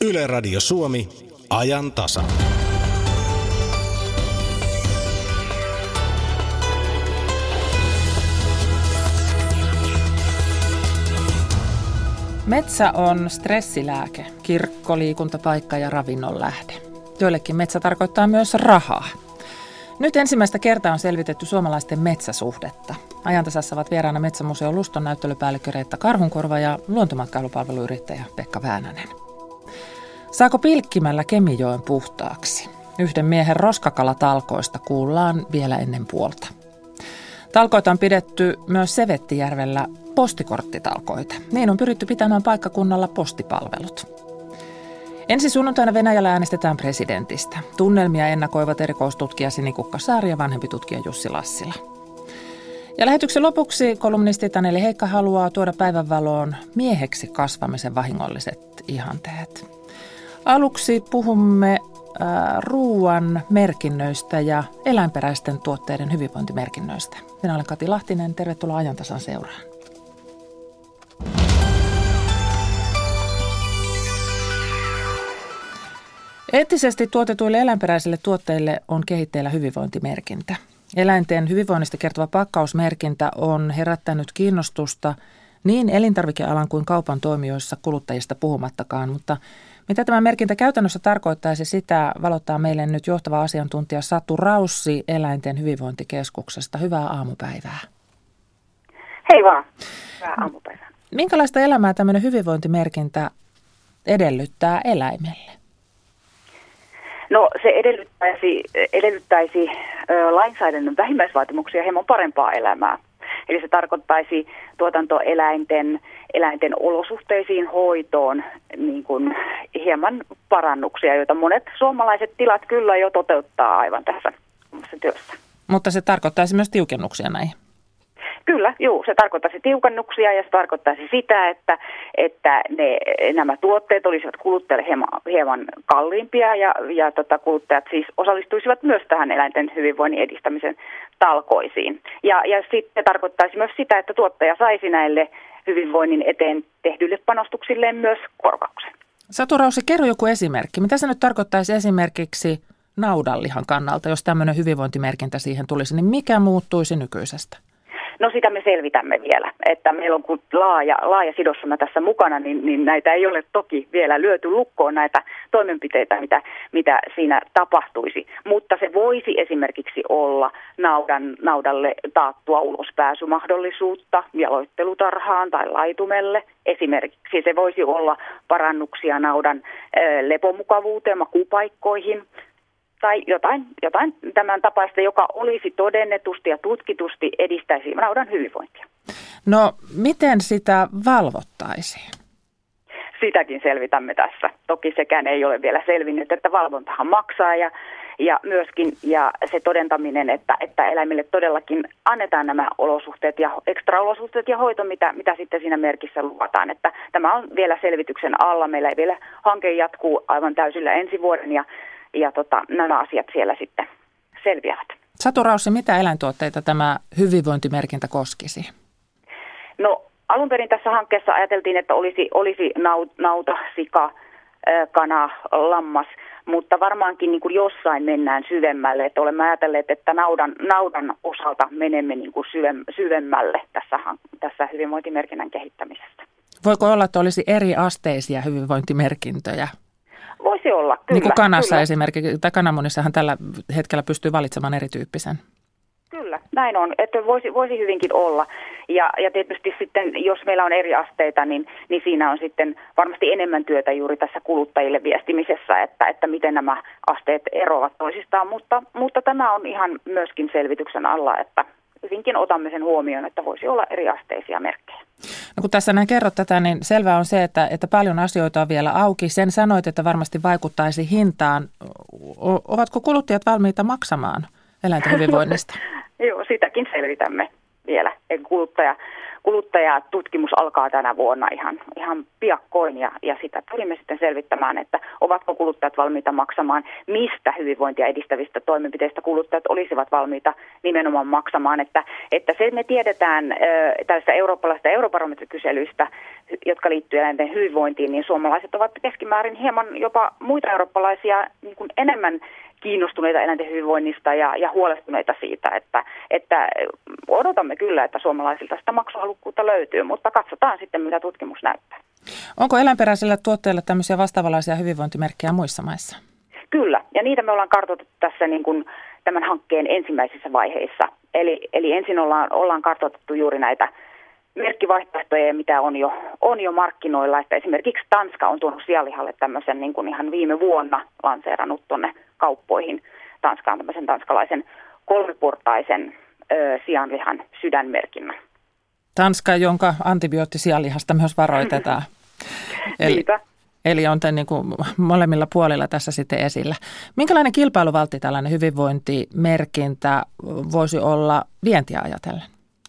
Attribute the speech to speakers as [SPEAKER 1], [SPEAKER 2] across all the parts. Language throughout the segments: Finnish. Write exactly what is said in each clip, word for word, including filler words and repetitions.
[SPEAKER 1] Yle Radio Suomi, ajan tasa.
[SPEAKER 2] Metsä on stressilääke, kirkko, liikuntapaikka ja ravinnon lähde. Joillekin metsä tarkoittaa myös rahaa. Nyt ensimmäistä kertaa on selvitetty suomalaisten metsäsuhdetta. Ajantasassa ovat vieraana Metsämuseon Luston näyttelypäällikkö Reetta Karhunkorva ja luontomatkailupalveluyrittäjä Pekka Väänänen. Saako pilkkimällä Kemijoen puhtaaksi? Yhden miehen roskakalatalkoista kuullaan vielä ennen puolta. Talkoita on pidetty myös Sevettijärvellä postikorttitalkoita. Niin on pyritty pitämään paikkakunnalla postipalvelut. Ensi sunnuntaina Venäjällä äänestetään presidentistä. Tunnelmia ennakoivat erikoistutkija Sini Kukkasaari ja vanhempi tutkija Jussi Lassila. Ja lähetyksen lopuksi kolumnisti Taneli Heikka haluaa tuoda päivänvaloon mieheksi kasvamisen vahingolliset ihanteet. Aluksi puhumme äh, ruuan merkinnöistä ja eläinperäisten tuotteiden hyvinvointimerkinnöistä. Minä olen Kati Lahtinen, tervetuloa Ajantasan seuraan. Eettisesti tuotetuille eläinperäisille tuotteille on kehitteillä hyvinvointimerkintä. Eläinten hyvinvoinnista kertova pakkausmerkintä on herättänyt kiinnostusta niin elintarvikealan kuin kaupan toimijoissa, kuluttajista puhumattakaan, mutta mitä tämä merkintä käytännössä tarkoittaisi, sitä valottaa meille nyt johtava asiantuntija Satu Raussi Eläinten hyvinvointikeskuksesta. Hyvää aamupäivää.
[SPEAKER 3] Hei vaan. Hyvää aamupäivää.
[SPEAKER 2] Minkälaista elämää tämmöinen hyvinvointimerkintä edellyttää eläimelle?
[SPEAKER 3] No se edellyttäisi, edellyttäisi ö, lainsäädännön vähimmäisvaatimuksia hieman parempaa elämää. Eli se tarkoittaisi tuotantoeläinten eläinten olosuhteisiin, hoitoon niin kuin hieman parannuksia, joita monet suomalaiset tilat kyllä jo toteuttaa aivan tässä omassa työssä.
[SPEAKER 2] Mutta se tarkoittaisi myös tiukennuksia näihin.
[SPEAKER 3] Kyllä, juu, se tarkoittaisi tiukennuksia ja se tarkoittaisi sitä, että, että ne, nämä tuotteet olisivat kuluttajille hieman, hieman kalliimpia ja, ja tota, kuluttajat siis osallistuisivat myös tähän eläinten hyvinvoinnin edistämisen talkoisiin. Ja, ja sitten tarkoittaisi myös sitä, että tuottaja saisi näille hyvinvoinnin eteen tehdyille panostuksilleen myös korvauksen.
[SPEAKER 2] Satu Raussi, kerro joku esimerkki. Mitä se nyt tarkoittaisi esimerkiksi naudanlihan kannalta, jos tämmöinen hyvinvointimerkintä siihen tulisi, niin mikä muuttuisi nykyisestä?
[SPEAKER 3] No sitä me selvitämme vielä, että meillä on kun laaja, laaja sidosryhmä tässä mukana, niin, niin näitä ei ole toki vielä lyöty lukkoon näitä toimenpiteitä, mitä, mitä siinä tapahtuisi. Mutta se voisi esimerkiksi olla naudan, naudalle taattua ulospääsymahdollisuutta jaloittelutarhaan tai laitumelle. Esimerkiksi se voisi olla parannuksia naudan ää, lepomukavuuteen, makuupaikkoihin. Tai jotain, jotain tämän tapaista, joka olisi todennetusti ja tutkitusti edistäisi naudan hyvinvointia.
[SPEAKER 2] No, miten sitä valvottaisiin?
[SPEAKER 3] Sitäkin selvitämme tässä. Toki sekään ei ole vielä selvinnyt, että valvontahan maksaa ja, ja myöskin ja se todentaminen, että, että eläimille todellakin annetaan nämä olosuhteet ja ekstraolosuhteet ja hoito, mitä, mitä sitten siinä merkissä luvataan. Että tämä on vielä selvityksen alla. Meillä ei vielä hanke jatkuu aivan täysillä ensi vuoden ja Ja tota, nämä asiat siellä sitten selviävät.
[SPEAKER 2] Satu Raussi, mitä eläintuotteita tämä hyvinvointimerkintä koskisi?
[SPEAKER 3] No alun perin tässä hankkeessa ajateltiin, että olisi, olisi nauta, sika, kana, lammas, mutta varmaankin niin kuin jossain mennään syvemmälle. Että olemme ajatelleet, että naudan, naudan osalta menemme niin kuin syvemmälle tässä, tässä hyvinvointimerkinnän kehittämisessä.
[SPEAKER 2] Voiko olla, että olisi eri asteisia hyvinvointimerkintöjä?
[SPEAKER 3] Voisi olla, kyllä.
[SPEAKER 2] Niin kuin kanassa
[SPEAKER 3] kyllä.
[SPEAKER 2] esimerkiksi, tai kananmunissahan tällä hetkellä pystyy valitsemaan erityyppisen.
[SPEAKER 3] Kyllä, näin on, että voisi, voisi hyvinkin olla. Ja, ja tietysti sitten, jos meillä on eri asteita, niin, niin siinä on sitten varmasti enemmän työtä juuri tässä kuluttajille viestimisessä, että, että miten nämä asteet eroavat toisistaan. Mutta, mutta tämä on ihan myöskin selvityksen alla, että hyvinkin otamme sen huomioon, että voisi olla eri asteisia merkkejä.
[SPEAKER 2] No kun tässä näin kerrot tätä, niin selvää on se, että, että paljon asioita on vielä auki. Sen sanoit, että varmasti vaikuttaisi hintaan. O- ovatko kuluttajat valmiita maksamaan eläinten hyvinvoinnista?
[SPEAKER 3] Joo, sitäkin selvitämme vielä. Kuluttaja, kuluttajatutkimus alkaa tänä vuonna ihan, ihan piakkoin ja, ja sitä pyrimme sitten selvittämään, että ovatko kuluttajat valmiita maksamaan, mistä hyvinvointia edistävistä toimenpiteistä kuluttajat olisivat valmiita nimenomaan maksamaan. Että, että se me tiedetään äh, tällaista eurooppalaisista eurobarometrikyselyistä jotka liittyvät eläinten hyvinvointiin, niin suomalaiset ovat keskimäärin hieman jopa muita eurooppalaisia niin kuin enemmän kiinnostuneita eläinten hyvinvoinnista ja, ja huolestuneita siitä, että, että odotamme kyllä, että suomalaisilta sitä maksuhalukkuutta löytyy, mutta katsotaan sitten, mitä tutkimus näyttää.
[SPEAKER 2] Onko eläinperäisillä tuotteilla tämmöisiä vastaavanlaisia hyvinvointimerkkejä muissa maissa?
[SPEAKER 3] Kyllä, ja niitä me ollaan kartoitettu tässä niin kuin tämän hankkeen ensimmäisissä vaiheissa. Eli, eli ensin ollaan, ollaan kartoitettu juuri näitä merkkivaihtoehtoja, mitä on jo, on jo markkinoilla. Että esimerkiksi Tanska on tuonut sianlihalle tämmöisen niin kuin ihan viime vuonna lanseerannut tuonne kauppoihin. Tanska on tämmöisen tanskalaisen kolmiportaisen ö, sianlihan sydänmerkinnän.
[SPEAKER 2] Tanska, jonka antibioottisianlihasta myös varoitetaan. Eli, eli on tämän niin kuin molemmilla puolilla tässä sitten esillä. Minkälainen kilpailuvaltti tällainen hyvinvointimerkintä voisi olla vientiä ajatellen?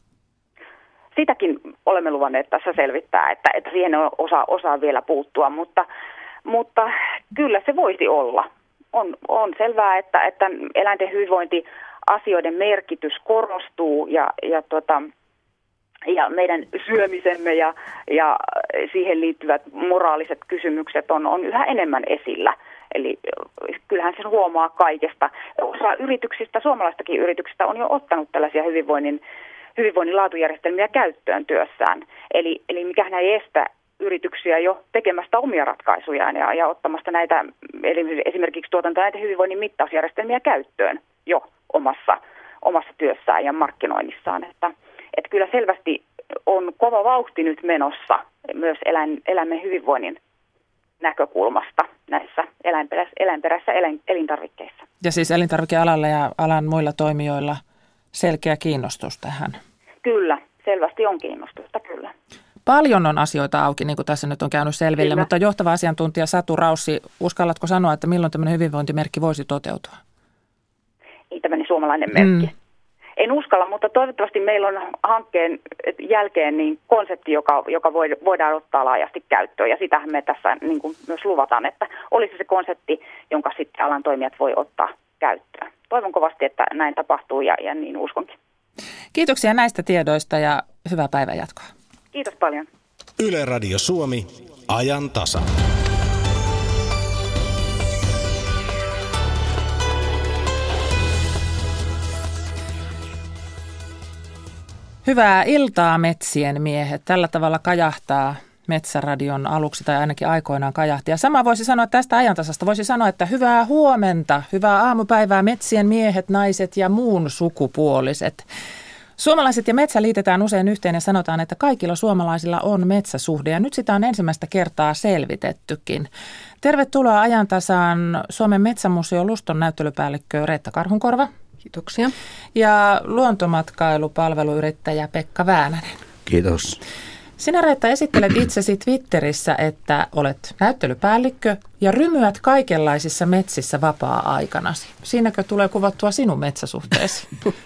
[SPEAKER 3] Sitäkin olemme luvanneet tässä selvittää, että, että siihen on osa, osaa vielä puuttua, mutta, mutta kyllä se voisi olla. On, on selvää, että, että eläinten hyvinvointiasioiden merkitys korostuu ja, ja, tota, ja meidän syömisemme ja, ja siihen liittyvät moraaliset kysymykset on, on yhä enemmän esillä. Eli kyllähän sen huomaa kaikesta. Osa yrityksistä, suomalaistakin yrityksistä on jo ottanut tällaisia hyvinvoinnin hyvinvoinnin laatujärjestelmiä käyttöön työssään. Eli, eli mikähän ei estä yrityksiä jo tekemästä omia ratkaisujaan ja, ja ottamasta näitä esimerkiksi tuotanto- näitä hyvinvoinnin mittausjärjestelmiä käyttöön jo omassa, omassa työssään ja markkinoinnissaan. Että, että kyllä selvästi on kova vauhti nyt menossa myös eläin, eläimen hyvinvoinnin näkökulmasta näissä eläinperäisissä, eläinperäisissä elin, elintarvikkeissa.
[SPEAKER 2] Ja siis elintarvikealalla ja alan muilla toimijoilla selkeä kiinnostus tähän.
[SPEAKER 3] Kyllä, selvästi on kiinnostusta, kyllä.
[SPEAKER 2] Paljon on asioita auki, niin kuin tässä nyt on käynyt selville,
[SPEAKER 3] kyllä.
[SPEAKER 2] Mutta johtava asiantuntija Satu Raussi, uskallatko sanoa, että milloin tämmöinen hyvinvointimerkki voisi toteutua?
[SPEAKER 3] Niin tämmöinen suomalainen merkki. Mm. En uskalla, mutta toivottavasti meillä on hankkeen jälkeen niin konsepti, joka, joka voidaan ottaa laajasti käyttöön. Ja sitähän me tässä niin kuin myös luvataan, että olisi se konsepti, jonka sitten alan toimijat voi ottaa käyttöön. Toivon kovasti, että näin tapahtuu ja, ja niin uskonkin.
[SPEAKER 2] Kiitoksia näistä tiedoista ja hyvää päivänjatkoa.
[SPEAKER 3] Kiitos paljon.
[SPEAKER 1] Yle Radio Suomi, ajan tasa.
[SPEAKER 2] Hyvää iltaa metsien miehet. Tällä tavalla kajahtaa Metsäradion aluksi tai ainakin aikoinaan kajahti. Ja sama voisi sanoa tästä ajantasasta. Voisi sanoa, että hyvää huomenta, hyvää aamupäivää metsien miehet, naiset ja muun sukupuoliset. Suomalaiset ja metsä liitetään usein yhteen ja sanotaan, että kaikilla suomalaisilla on metsäsuhde. Ja nyt sitä on ensimmäistä kertaa selvitettykin. Tervetuloa ajantasaan Suomen metsämuseon Luston näyttelypäällikkö Reetta Karhunkorva.
[SPEAKER 4] Kiitoksia.
[SPEAKER 2] Ja luontomatkailupalveluyrittäjä Pekka Väänänen.
[SPEAKER 5] Kiitos.
[SPEAKER 2] Sinä, Reetta, esittelet itsesi Twitterissä, että olet näyttelypäällikkö ja rymyät kaikenlaisissa metsissä vapaa-aikanasi. Siinäkö tulee kuvattua sinun metsäsuhteesi?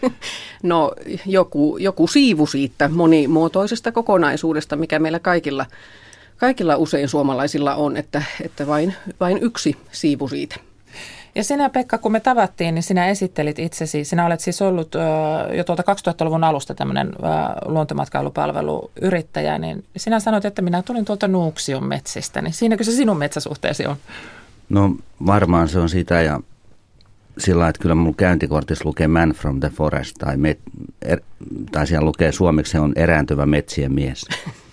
[SPEAKER 4] No joku, joku siivu siitä monimuotoisesta kokonaisuudesta, mikä meillä kaikilla, kaikilla usein suomalaisilla on, että, että vain, vain yksi siivu siitä.
[SPEAKER 2] Ja sinä, Pekka, kun me tavattiin, niin sinä esittelit itsesi. Sinä olet siis ollut ö, jo tuolta kaksituhattaluvun alusta tämmöinen ö, luontomatkailupalveluyrittäjä, niin sinä sanoit, että minä tulin tuolta Nuuksion metsistä. Niin siinäkö se sinun metsäsuhteesi on?
[SPEAKER 5] No varmaan se on sitä ja sillä lailla, että kyllä mun käyntikortissa lukee Man from the Forest tai, met, er, tai siellä lukee suomeksi se on erääntyvä metsien mies.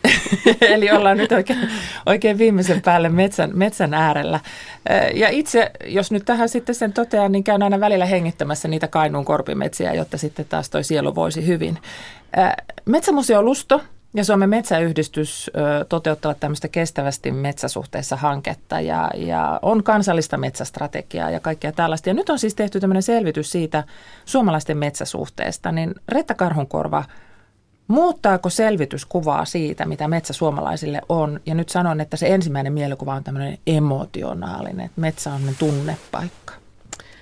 [SPEAKER 2] Eli ollaan nyt oikein, oikein viimeisen päälle metsän, metsän äärellä. Ja itse, jos nyt tähän sitten sen totean, niin käyn aina välillä hengittämässä niitä Kainuun korpimetsiä, jotta sitten taas toi sielu voisi hyvin. Metsämuseo Lusto ja Suomen metsäyhdistys toteuttavat tämmöistä kestävästi metsäsuhteessa hanketta ja, ja on kansallista metsästrategiaa ja kaikkea tällaista. Ja nyt on siis tehty tämmöinen selvitys siitä suomalaisten metsäsuhteesta, niin Reetta Karhunkorva, muuttaako selvitys kuvaa siitä, mitä metsä suomalaisille on? Ja nyt sanon, että se ensimmäinen mielikuva on tämmöinen emotionaalinen, että metsä on tunnepaikka.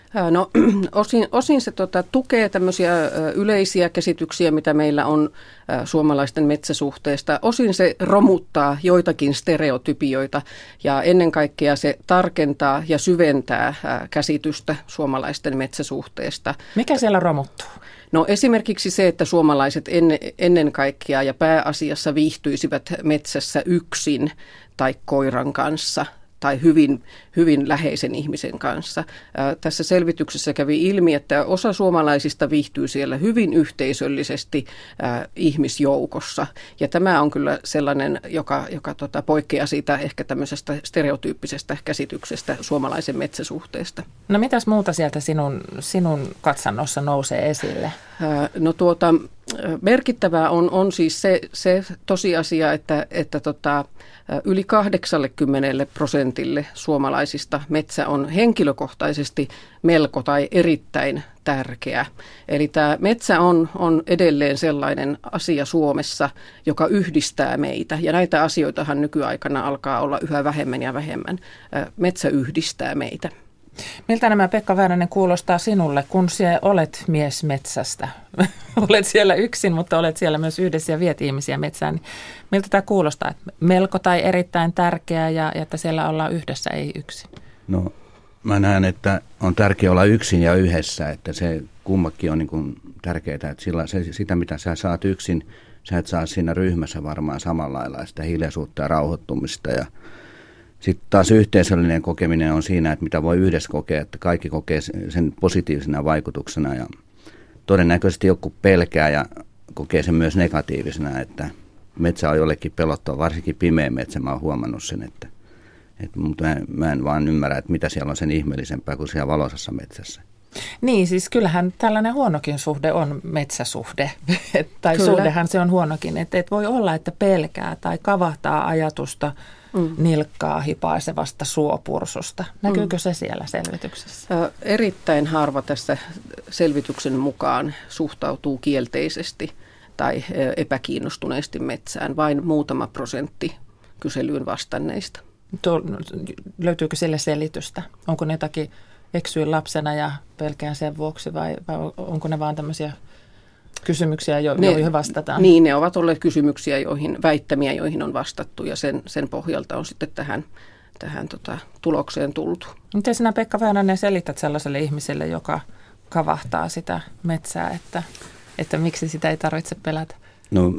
[SPEAKER 4] No osin, osin se tota, tukee tämmöisiä yleisiä käsityksiä, mitä meillä on ä, suomalaisten metsäsuhteesta. Osin se romuttaa joitakin stereotypioita ja ennen kaikkea se tarkentaa ja syventää ä, käsitystä suomalaisten metsäsuhteesta.
[SPEAKER 2] Mikä siellä romuttuu?
[SPEAKER 4] No esimerkiksi se, että suomalaiset ennen, ennen kaikkea ja pääasiassa viihtyisivät metsässä yksin tai koiran kanssa tai hyvin, hyvin läheisen ihmisen kanssa. Ää, tässä selvityksessä kävi ilmi, että osa suomalaisista viihtyy siellä hyvin yhteisöllisesti ää, ihmisjoukossa. Ja tämä on kyllä sellainen, joka, joka tota, poikkeaa siitä ehkä tämmöisestä stereotyyppisestä käsityksestä suomalaisen metsäsuhteesta.
[SPEAKER 2] No mitäs muuta sieltä sinun, sinun katsannossa nousee esille?
[SPEAKER 4] Ää, no tuota, merkittävää on, on siis se, se tosiasia, että, että tota, yli kahdeksankymmentä prosentille suomalaisista metsä on henkilökohtaisesti melko tai erittäin tärkeä. Eli tämä metsä on, on edelleen sellainen asia Suomessa, joka yhdistää meitä. Ja näitä asioitahan nykyaikana alkaa olla yhä vähemmän ja vähemmän. Metsä yhdistää meitä.
[SPEAKER 2] Miltä nämä, Pekka Väänänen, kuulostaa sinulle, kun sinä olet mies metsästä? Olet siellä yksin, mutta olet siellä myös yhdessä ja viet ihmisiä metsään. Niin miltä tämä kuulostaa? Että melko tai erittäin tärkeää ja, ja että siellä ollaan yhdessä, ei yksin?
[SPEAKER 5] No mä näen, että on tärkeää olla yksin ja yhdessä, että se kummakin on niin kuin tärkeää. Että sillä, se, sitä, mitä sä saat yksin, sä et saa siinä ryhmässä varmaan samalla lailla sitä hiljaisuutta ja rauhoittumista ja sitten taas yhteisöllinen kokeminen on siinä, että mitä voi yhdessä kokea, että kaikki kokee sen positiivisena vaikutuksena ja todennäköisesti joku pelkää ja kokee sen myös negatiivisena, että metsä on jollekin pelottava, varsinkin pimeä metsä, mä oon huomannut sen, että, että mutta mä, mä en vaan ymmärrä, että mitä siellä on sen ihmeellisempää kuin siellä valoisessa metsässä.
[SPEAKER 2] Niin, siis kyllähän tällainen huonokin suhde on metsäsuhde, tai Kyllä. suhdehan se on huonokin, että et voi olla, että pelkää tai kavahtaa ajatusta mm. nilkkaa hipaisevasta suopursusta. Näkyykö mm. se siellä selvityksessä?
[SPEAKER 4] Ä, erittäin harva tässä selvityksen mukaan suhtautuu kielteisesti tai epäkiinnostuneesti metsään, vain muutama prosentti kyselyyn vastanneista.
[SPEAKER 2] Tuo, löytyykö sille selitystä? Onko ne jotakin eksyin lapsena ja pelkään sen vuoksi vai, vai onko ne vaan tämmöisiä kysymyksiä, jo,
[SPEAKER 4] ne,
[SPEAKER 2] joihin vastataan?
[SPEAKER 4] Niin, ne ovat olleet kysymyksiä, joihin, väittämiä, joihin on vastattu ja sen, sen pohjalta on sitten tähän, tähän tota, tulokseen tultu. Miten
[SPEAKER 2] sinä, Pekka Väänänen, selität sellaiselle ihmiselle, joka kavahtaa sitä metsää, että, että miksi sitä ei tarvitse pelätä?
[SPEAKER 5] No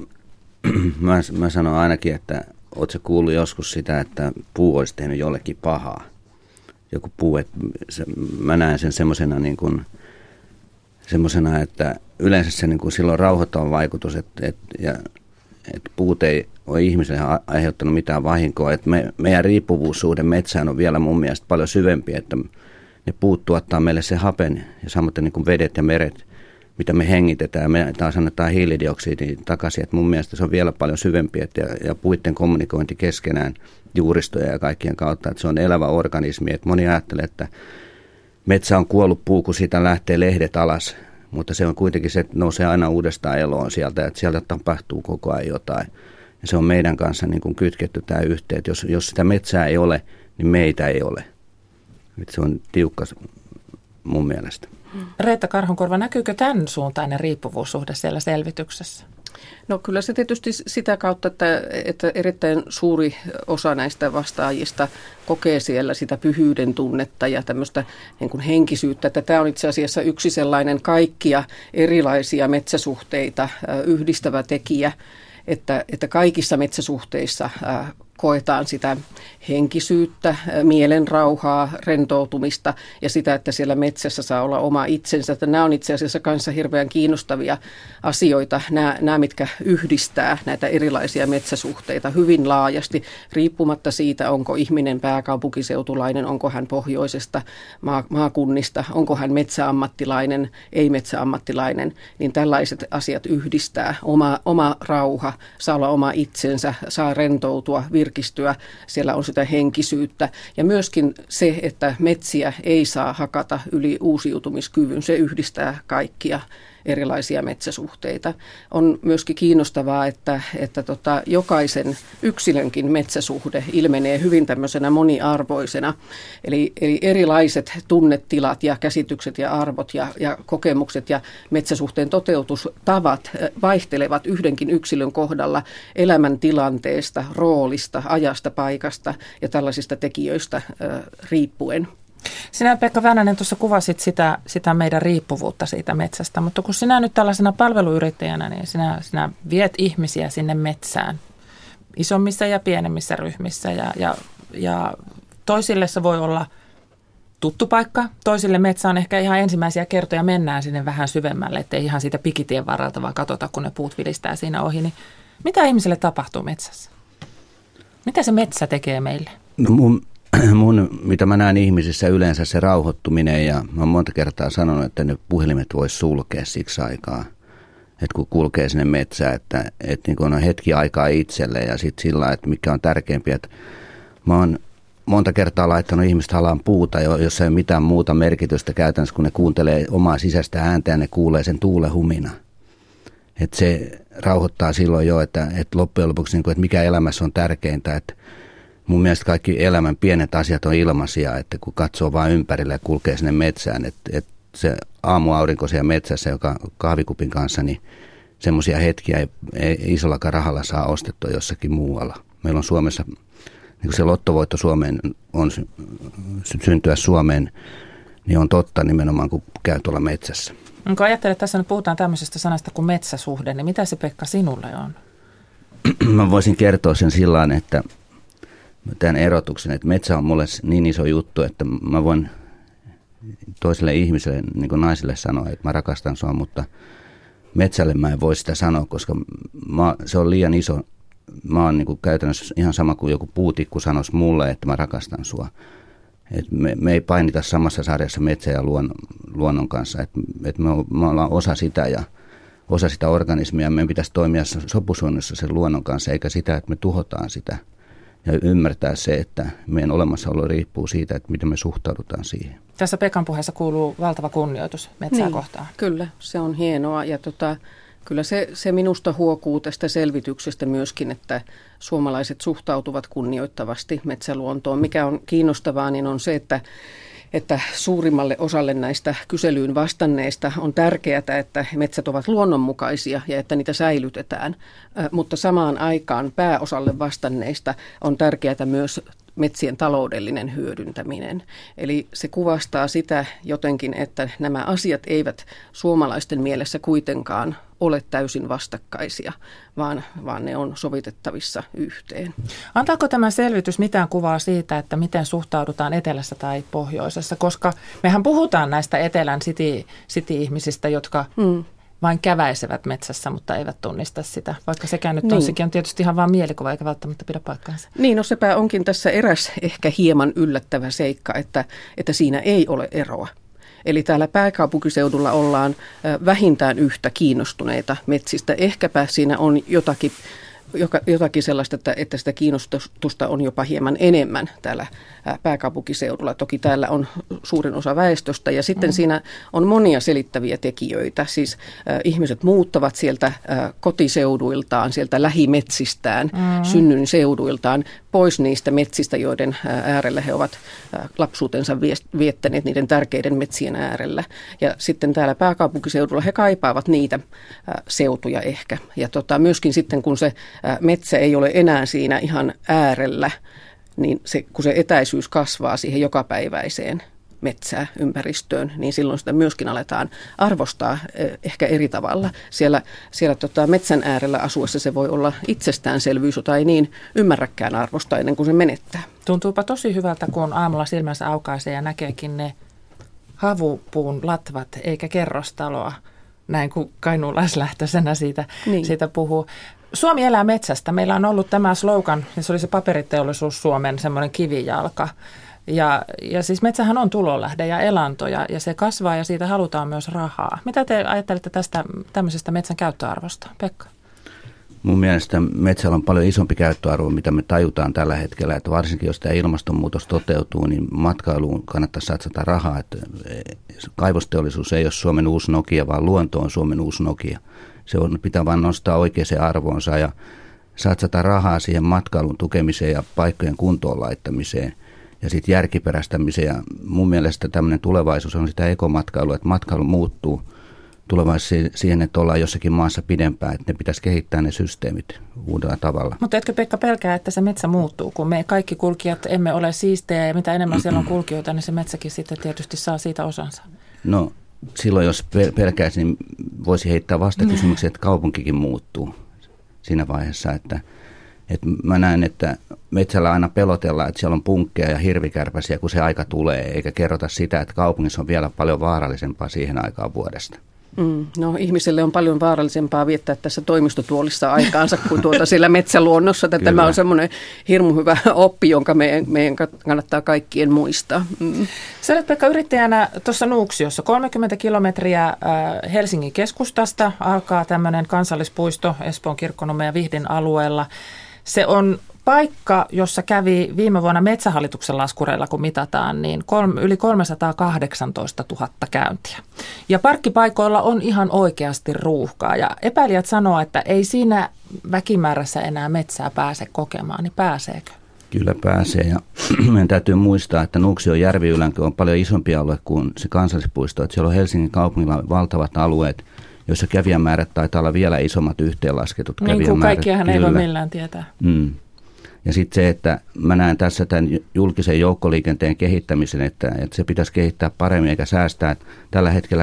[SPEAKER 5] mä, mä sanon ainakin, että ootko sä kuullut joskus sitä, että puu olisi tehnyt jollekin pahaa? Joku puu, että se, mä näen sen semmoisena niin kuin semmoisena, että yleensä se niin kuin sillä on rauhoittava vaikutus, että, että, ja, että puut ei ole ihmiselle aiheuttanut mitään vahinkoa. Että me, meidän riippuvuussuhde metsään on vielä mun mielestä paljon syvempi, että ne puut tuottaa meille se hapen ja samoin niin kuin vedet ja meret, mitä me hengitetään. Me taas annetaan hiilidioksidia takaisin, että mun mielestä se on vielä paljon syvempi, että, ja, ja puitten kommunikointi keskenään juuristoja ja kaikkien kautta, että se on elävä organismi. Että moni ajattelee, että metsä on kuollut puu, kun siitä lähtee lehdet alas, mutta se on kuitenkin se, että nousee aina uudestaan eloon sieltä, että sieltä tapahtuu koko ajan jotain. Ja se on meidän kanssa niin kuin kytketty tämä yhteen, että jos, jos sitä metsää ei ole, niin meitä ei ole. Että se on tiukka mun mielestä.
[SPEAKER 2] Reetta Karhunkorva, näkyykö tämän suuntainen riippuvuussuhde siellä selvityksessä?
[SPEAKER 4] No kyllä se tietysti sitä kautta, että, että erittäin suuri osa näistä vastaajista kokee siellä sitä pyhyyden tunnetta ja tämmöistä niin kuin henkisyyttä, että tämä on itse asiassa yksi sellainen kaikkia erilaisia metsäsuhteita yhdistävä tekijä, että, että kaikissa metsäsuhteissa koetaan sitä henkisyyttä, mielenrauhaa, rentoutumista ja sitä, että siellä metsässä saa olla oma itsensä. Että nämä on itse asiassa kanssa hirveän kiinnostavia asioita, nämä, nämä mitkä yhdistää näitä erilaisia metsäsuhteita hyvin laajasti, riippumatta siitä, onko ihminen pääkaupunkiseutulainen, onko hän pohjoisesta maakunnista, onko hän metsäammattilainen, ei metsäammattilainen, niin tällaiset asiat yhdistää. Oma, oma rauha, saa olla oma itsensä, saa rentoutua, virkistyä, siellä on sitä henkisyyttä ja myöskin se, että metsiä ei saa hakata yli uusiutumiskyvyn, se yhdistää kaikkia erilaisia metsäsuhteita. On myöskin kiinnostavaa, että, että tota, jokaisen yksilönkin metsäsuhde ilmenee hyvin tämmöisenä moniarvoisena. Eli, eli erilaiset tunnetilat ja käsitykset ja arvot ja, ja kokemukset ja metsäsuhteen toteutustavat vaihtelevat yhdenkin yksilön kohdalla elämäntilanteesta, roolista, ajasta, paikasta ja tällaisista tekijöistä äh, riippuen.
[SPEAKER 2] Sinä, Pekka Väänänen, tuossa kuvasit sitä, sitä meidän riippuvuutta siitä metsästä, mutta kun sinä nyt tällaisena palveluyrittäjänä, niin sinä, sinä viet ihmisiä sinne metsään isommissa ja pienemmissä ryhmissä ja, ja, ja toisille se voi olla tuttu paikka, toisille metsä on ehkä ihan ensimmäisiä kertoja, mennään sinne vähän syvemmälle, ettei ihan siitä pikitien varalta vaan katsota, kun ne puut vilistää siinä ohi, niin mitä ihmiselle tapahtuu metsässä? Mitä se metsä tekee meille?
[SPEAKER 5] No mun, mun, mitä mä näen ihmisissä yleensä se rauhoittuminen ja mä oon monta kertaa sanonut, että ne puhelimet vois sulkea siksi aikaa, että kun kulkee sinne metsään, että, että niin kun on hetki aikaa itselle ja sitten sillä, että mikä on tärkeämpi, että mä oon monta kertaa laittanut ihmistä halaan puuta, jossa ei ole mitään muuta merkitystä käytännössä, kun ne kuuntelee omaa sisäistä ääntä ja ne kuulee sen tuulen humina. Että se rauhoittaa silloin jo, että, että loppujen lopuksi, niin kuin, että mikä elämässä on tärkeintä. Että mun mielestä kaikki elämän pienet asiat on ilmaisia, että kun katsoo vaan ympärille ja kulkee sinne metsään, että, että se aamuaurinko siellä metsässä, joka kahvikupin kanssa, niin semmoisia hetkiä ei, ei isollakaan rahalla saa ostettua jossakin muualla. Meillä on Suomessa, niin kuin se lottovoitto Suomeen on syntyä Suomeen, niin on totta nimenomaan, kun käy tuolla metsässä.
[SPEAKER 2] Kun ajattelet, että tässä nyt puhutaan tämmöisestä sanasta kuin metsäsuhde, niin mitä se, Pekka, sinulle on?
[SPEAKER 5] Mä voisin kertoa sen sillä että tämän erotuksen, että metsä on mulle niin iso juttu, että mä voin toiselle ihmiselle, niin kuin naisille sanoa, että mä rakastan sua, mutta metsälle mä en voi sitä sanoa, koska mä, se on liian iso. Mä oon niin kuin käytännössä ihan sama kuin joku puutikku sanoisi mulle, että mä rakastan sua. Et me, me ei painita samassa sarjassa metsä ja luon, luonnon kanssa. Et, et me, me ollaan osa sitä ja osa sitä organismia. Meidän pitäisi toimia sopusuunnassa sen luonnon kanssa, eikä sitä, että me tuhotaan sitä. Ja ymmärtää se, että meidän olemassaolo riippuu siitä, että miten me suhtaudutaan siihen.
[SPEAKER 2] Tässä Pekan puheessa kuuluu valtava kunnioitus metsää niin, kohtaan.
[SPEAKER 4] Kyllä, se on hienoa. Ja tota, kyllä se, se minusta huokuu tästä selvityksestä myöskin, että suomalaiset suhtautuvat kunnioittavasti metsäluontoon. Mikä on kiinnostavaa, niin on se, että, että suurimmalle osalle näistä kyselyyn vastanneista on tärkeää, että metsät ovat luonnonmukaisia ja että niitä säilytetään. Mutta samaan aikaan pääosalle vastanneista on tärkeää myös metsien taloudellinen hyödyntäminen. Eli se kuvastaa sitä jotenkin, että nämä asiat eivät suomalaisten mielessä kuitenkaan ole täysin vastakkaisia, vaan, vaan ne on sovitettavissa yhteen.
[SPEAKER 2] Antaako tämä selvitys mitään kuvaa siitä, että miten suhtaudutaan etelässä tai pohjoisessa? Koska mehän puhutaan näistä etelän city, city-ihmisistä, jotka hmm. vain käväisevät metsässä, mutta eivät tunnista sitä. Vaikka sekään nyt niin. on, sekin on tietysti ihan vain mielikuva, eikä välttämättä pidä paikkaansa.
[SPEAKER 4] Niin, no sepä onkin tässä eräs ehkä hieman yllättävä seikka, että, että siinä ei ole eroa. Eli täällä pääkaupunkiseudulla ollaan vähintään yhtä kiinnostuneita metsistä. Ehkäpä siinä on jotakin, jotakin sellaista, että, että sitä kiinnostusta on jopa hieman enemmän täällä pääkaupunkiseudulla. Toki täällä on suurin osa väestöstä ja sitten mm. siinä on monia selittäviä tekijöitä. Siis äh, ihmiset muuttavat sieltä äh, kotiseuduiltaan, sieltä lähimetsistään, mm. synnyn seuduiltaan pois niistä metsistä, joiden äh, äärellä he ovat äh, lapsuutensa viettäneet niiden tärkeiden metsien äärellä. Ja sitten täällä pääkaupunkiseudulla he kaipaavat niitä äh, seutuja ehkä. Ja tota, myöskin sitten kun se äh, metsä ei ole enää siinä ihan äärellä, niin se, kun se etäisyys kasvaa siihen jokapäiväiseen metsään, ympäristöön, niin silloin sitä myöskin aletaan arvostaa ehkä eri tavalla. Siellä, siellä tota, metsän äärellä asuessa se voi olla itsestäänselvyys, jota ei niin ymmärräkään arvostaa ennen kuin se menettää.
[SPEAKER 2] Tuntuupa tosi hyvältä, kun aamulla silmänsä aukaisee ja näkeekin ne havupuun latvat eikä kerrostaloa, näin kuin kainuulaislähtöisenä siitä, niin. siitä puhuu. Suomi elää metsästä. Meillä on ollut tämä slogan, ja se oli se paperiteollisuus Suomen semmoinen kivijalka. Ja, ja siis metsähän on tulonlähde ja elanto, ja, ja se kasvaa ja siitä halutaan myös rahaa. Mitä te ajattelette tästä tämmöisestä metsän käyttöarvosta, Pekka?
[SPEAKER 5] Mun mielestä metsällä on paljon isompi käyttöarvo, mitä me tajutaan tällä hetkellä, että varsinkin jos tämä ilmastonmuutos toteutuu, niin matkailuun kannattaa satsata rahaa. Että kaivosteollisuus ei ole Suomen uusi Nokia, vaan luonto on Suomen uusi Nokia. Se on, pitää vaan nostaa oikeaan arvoonsa ja satsata rahaa siihen matkailun tukemiseen ja paikkojen kuntoon laittamiseen ja sitten järkiperäistämiseen. Ja mun mielestä tämmöinen tulevaisuus on sitä ekomatkailua, että matkailu muuttuu tulevaisuudessa siihen, että ollaan jossakin maassa pidempään, että ne pitäisi kehittää ne systeemit uudella tavalla.
[SPEAKER 2] Mutta etkö Pekka pelkää, että se metsä muuttuu, kun me kaikki kulkijat emme ole siistejä ja mitä enemmän siellä on kulkijoita, niin se metsäkin sitten tietysti saa siitä osansa?
[SPEAKER 5] No silloin jos pelkäisi, niin voisi heittää vastakysymyksiä, että kaupunkikin muuttuu siinä vaiheessa, että, että mä näen, että metsällä aina pelotellaan, että siellä on punkkeja ja hirvikärpäsiä, kun se aika tulee, eikä kerrota sitä, että kaupungissa on vielä paljon vaarallisempaa siihen aikaan vuodesta.
[SPEAKER 4] Mm, no ihmiselle on paljon vaarallisempaa viettää tässä toimistotuolissa aikaansa kuin tuota siellä metsäluonnossa. Että tämä on semmoinen hirmu hyvä oppi, jonka meidän, meidän kannattaa kaikkien muistaa. Mm.
[SPEAKER 2] Sä olet Pekka yrittäjänä tuossa Nuuksiossa. kolmekymmentä kilometriä Helsingin keskustasta alkaa tämmöinen kansallispuisto Espoon Kirkkonummen ja Vihdin alueella. Se on paikka, jossa kävi viime vuonna Metsähallituksen laskureilla, kun mitataan, niin kolme, yli kolmesataakahdeksantoistatuhatta käyntiä. Ja parkkipaikoilla on ihan oikeasti ruuhkaa. Ja epäilijät sanoo, että ei siinä väkimäärässä enää metsää pääse kokemaan, niin pääseekö?
[SPEAKER 5] Kyllä pääsee. Ja meidän täytyy muistaa, että Nuuksion järviylänkö on paljon isompi alue kuin se kansallispuisto. Että siellä on Helsingin kaupungilla valtavat alueet, joissa kävijämäärät taitaa olla vielä isommat yhteenlasketut kävijämäärät.
[SPEAKER 2] Niin kuin kaikkiahan ei voi millään tietää.
[SPEAKER 5] Mm. Ja sitten se, että mä näen tässä tämän julkisen joukkoliikenteen kehittämisen, että, että se pitäisi kehittää paremmin eikä säästää. Tällä hetkellä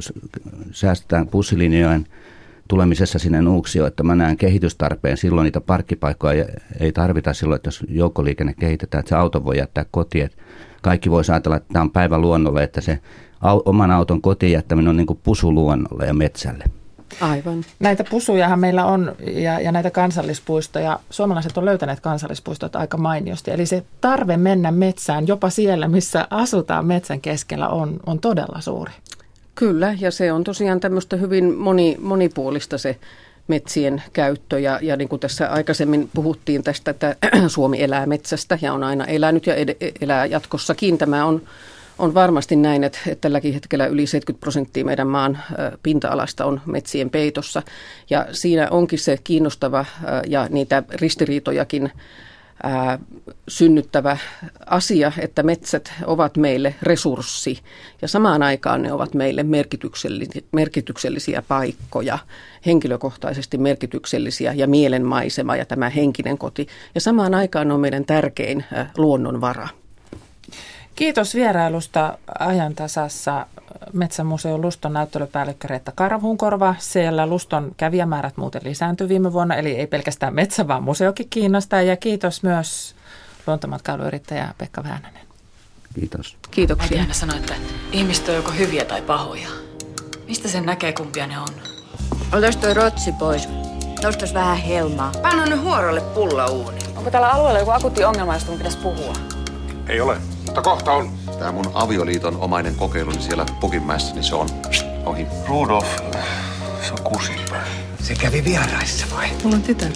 [SPEAKER 5] säästetään bussilinjojen tulemisessa sinne Nuuksioon, että mä näen kehitystarpeen. Silloin niitä parkkipaikkoja ei tarvita silloin, että jos joukkoliikenne kehitetään, että se auto voi jättää kotiin. Että kaikki voi ajatella, että tämä on päivä luonnolle, että se oman auton kotiin jättäminen on niin kuin pusu luonnolle ja metsälle.
[SPEAKER 2] Aivan. Näitä pusujahan meillä on ja, ja näitä kansallispuistoja. Suomalaiset on löytäneet kansallispuistot aika mainiosti. Eli se tarve mennä metsään jopa siellä, missä asutaan metsän keskellä, on, on todella suuri.
[SPEAKER 4] Kyllä, ja se on tosiaan tämmöistä hyvin moni, monipuolista se metsien käyttö. Ja, ja niin kuin tässä aikaisemmin puhuttiin tästä, että Suomi elää metsästä ja on aina elänyt ja ed- elää jatkossakin. Tämä on On varmasti näin, että, että tälläkin hetkellä yli seitsemänkymmentä prosenttia meidän maan pinta-alasta on metsien peitossa. Ja siinä onkin se kiinnostava ja niitä ristiriitojakin ää, synnyttävä asia, että metsät ovat meille resurssi ja samaan aikaan ne ovat meille merkityksellisiä, merkityksellisiä paikkoja, henkilökohtaisesti merkityksellisiä ja mielenmaisema ja tämä henkinen koti. Ja samaan aikaan ne on meidän tärkein ää, luonnonvara.
[SPEAKER 2] Kiitos vierailusta Ajantasassa Metsämuseon Luston näyttelypäällikkö Reetta Karhunkorva. Siellä Luston kävijämäärät muuten lisääntyi viime vuonna, eli ei pelkästään metsä, vaan museokin kiinnostaa. Ja kiitos myös luontomatkailuyrittäjä Pekka Väänänen.
[SPEAKER 5] Kiitos.
[SPEAKER 4] Kiitoksia.
[SPEAKER 6] Äiti sanoi, että ihmiset on joko hyviä tai pahoja. Mistä sen näkee, kumpia ne on?
[SPEAKER 7] Otas toi rotsi pois. Nostas vähän helmaa. Paino nyt huorolle pullauuni.
[SPEAKER 6] Onko tällä alueella joku akuutti ongelma, josta mun pitäisi puhua?
[SPEAKER 8] Ei ole, mutta kohta on.
[SPEAKER 9] Tämä mun avioliiton omainen kokeilu, niin siellä Pukinmäessä, niin se on ohi.
[SPEAKER 8] Rudolf, se on kusipäin.
[SPEAKER 10] Se kävi vieraissa vai?
[SPEAKER 11] Mulla on tytär.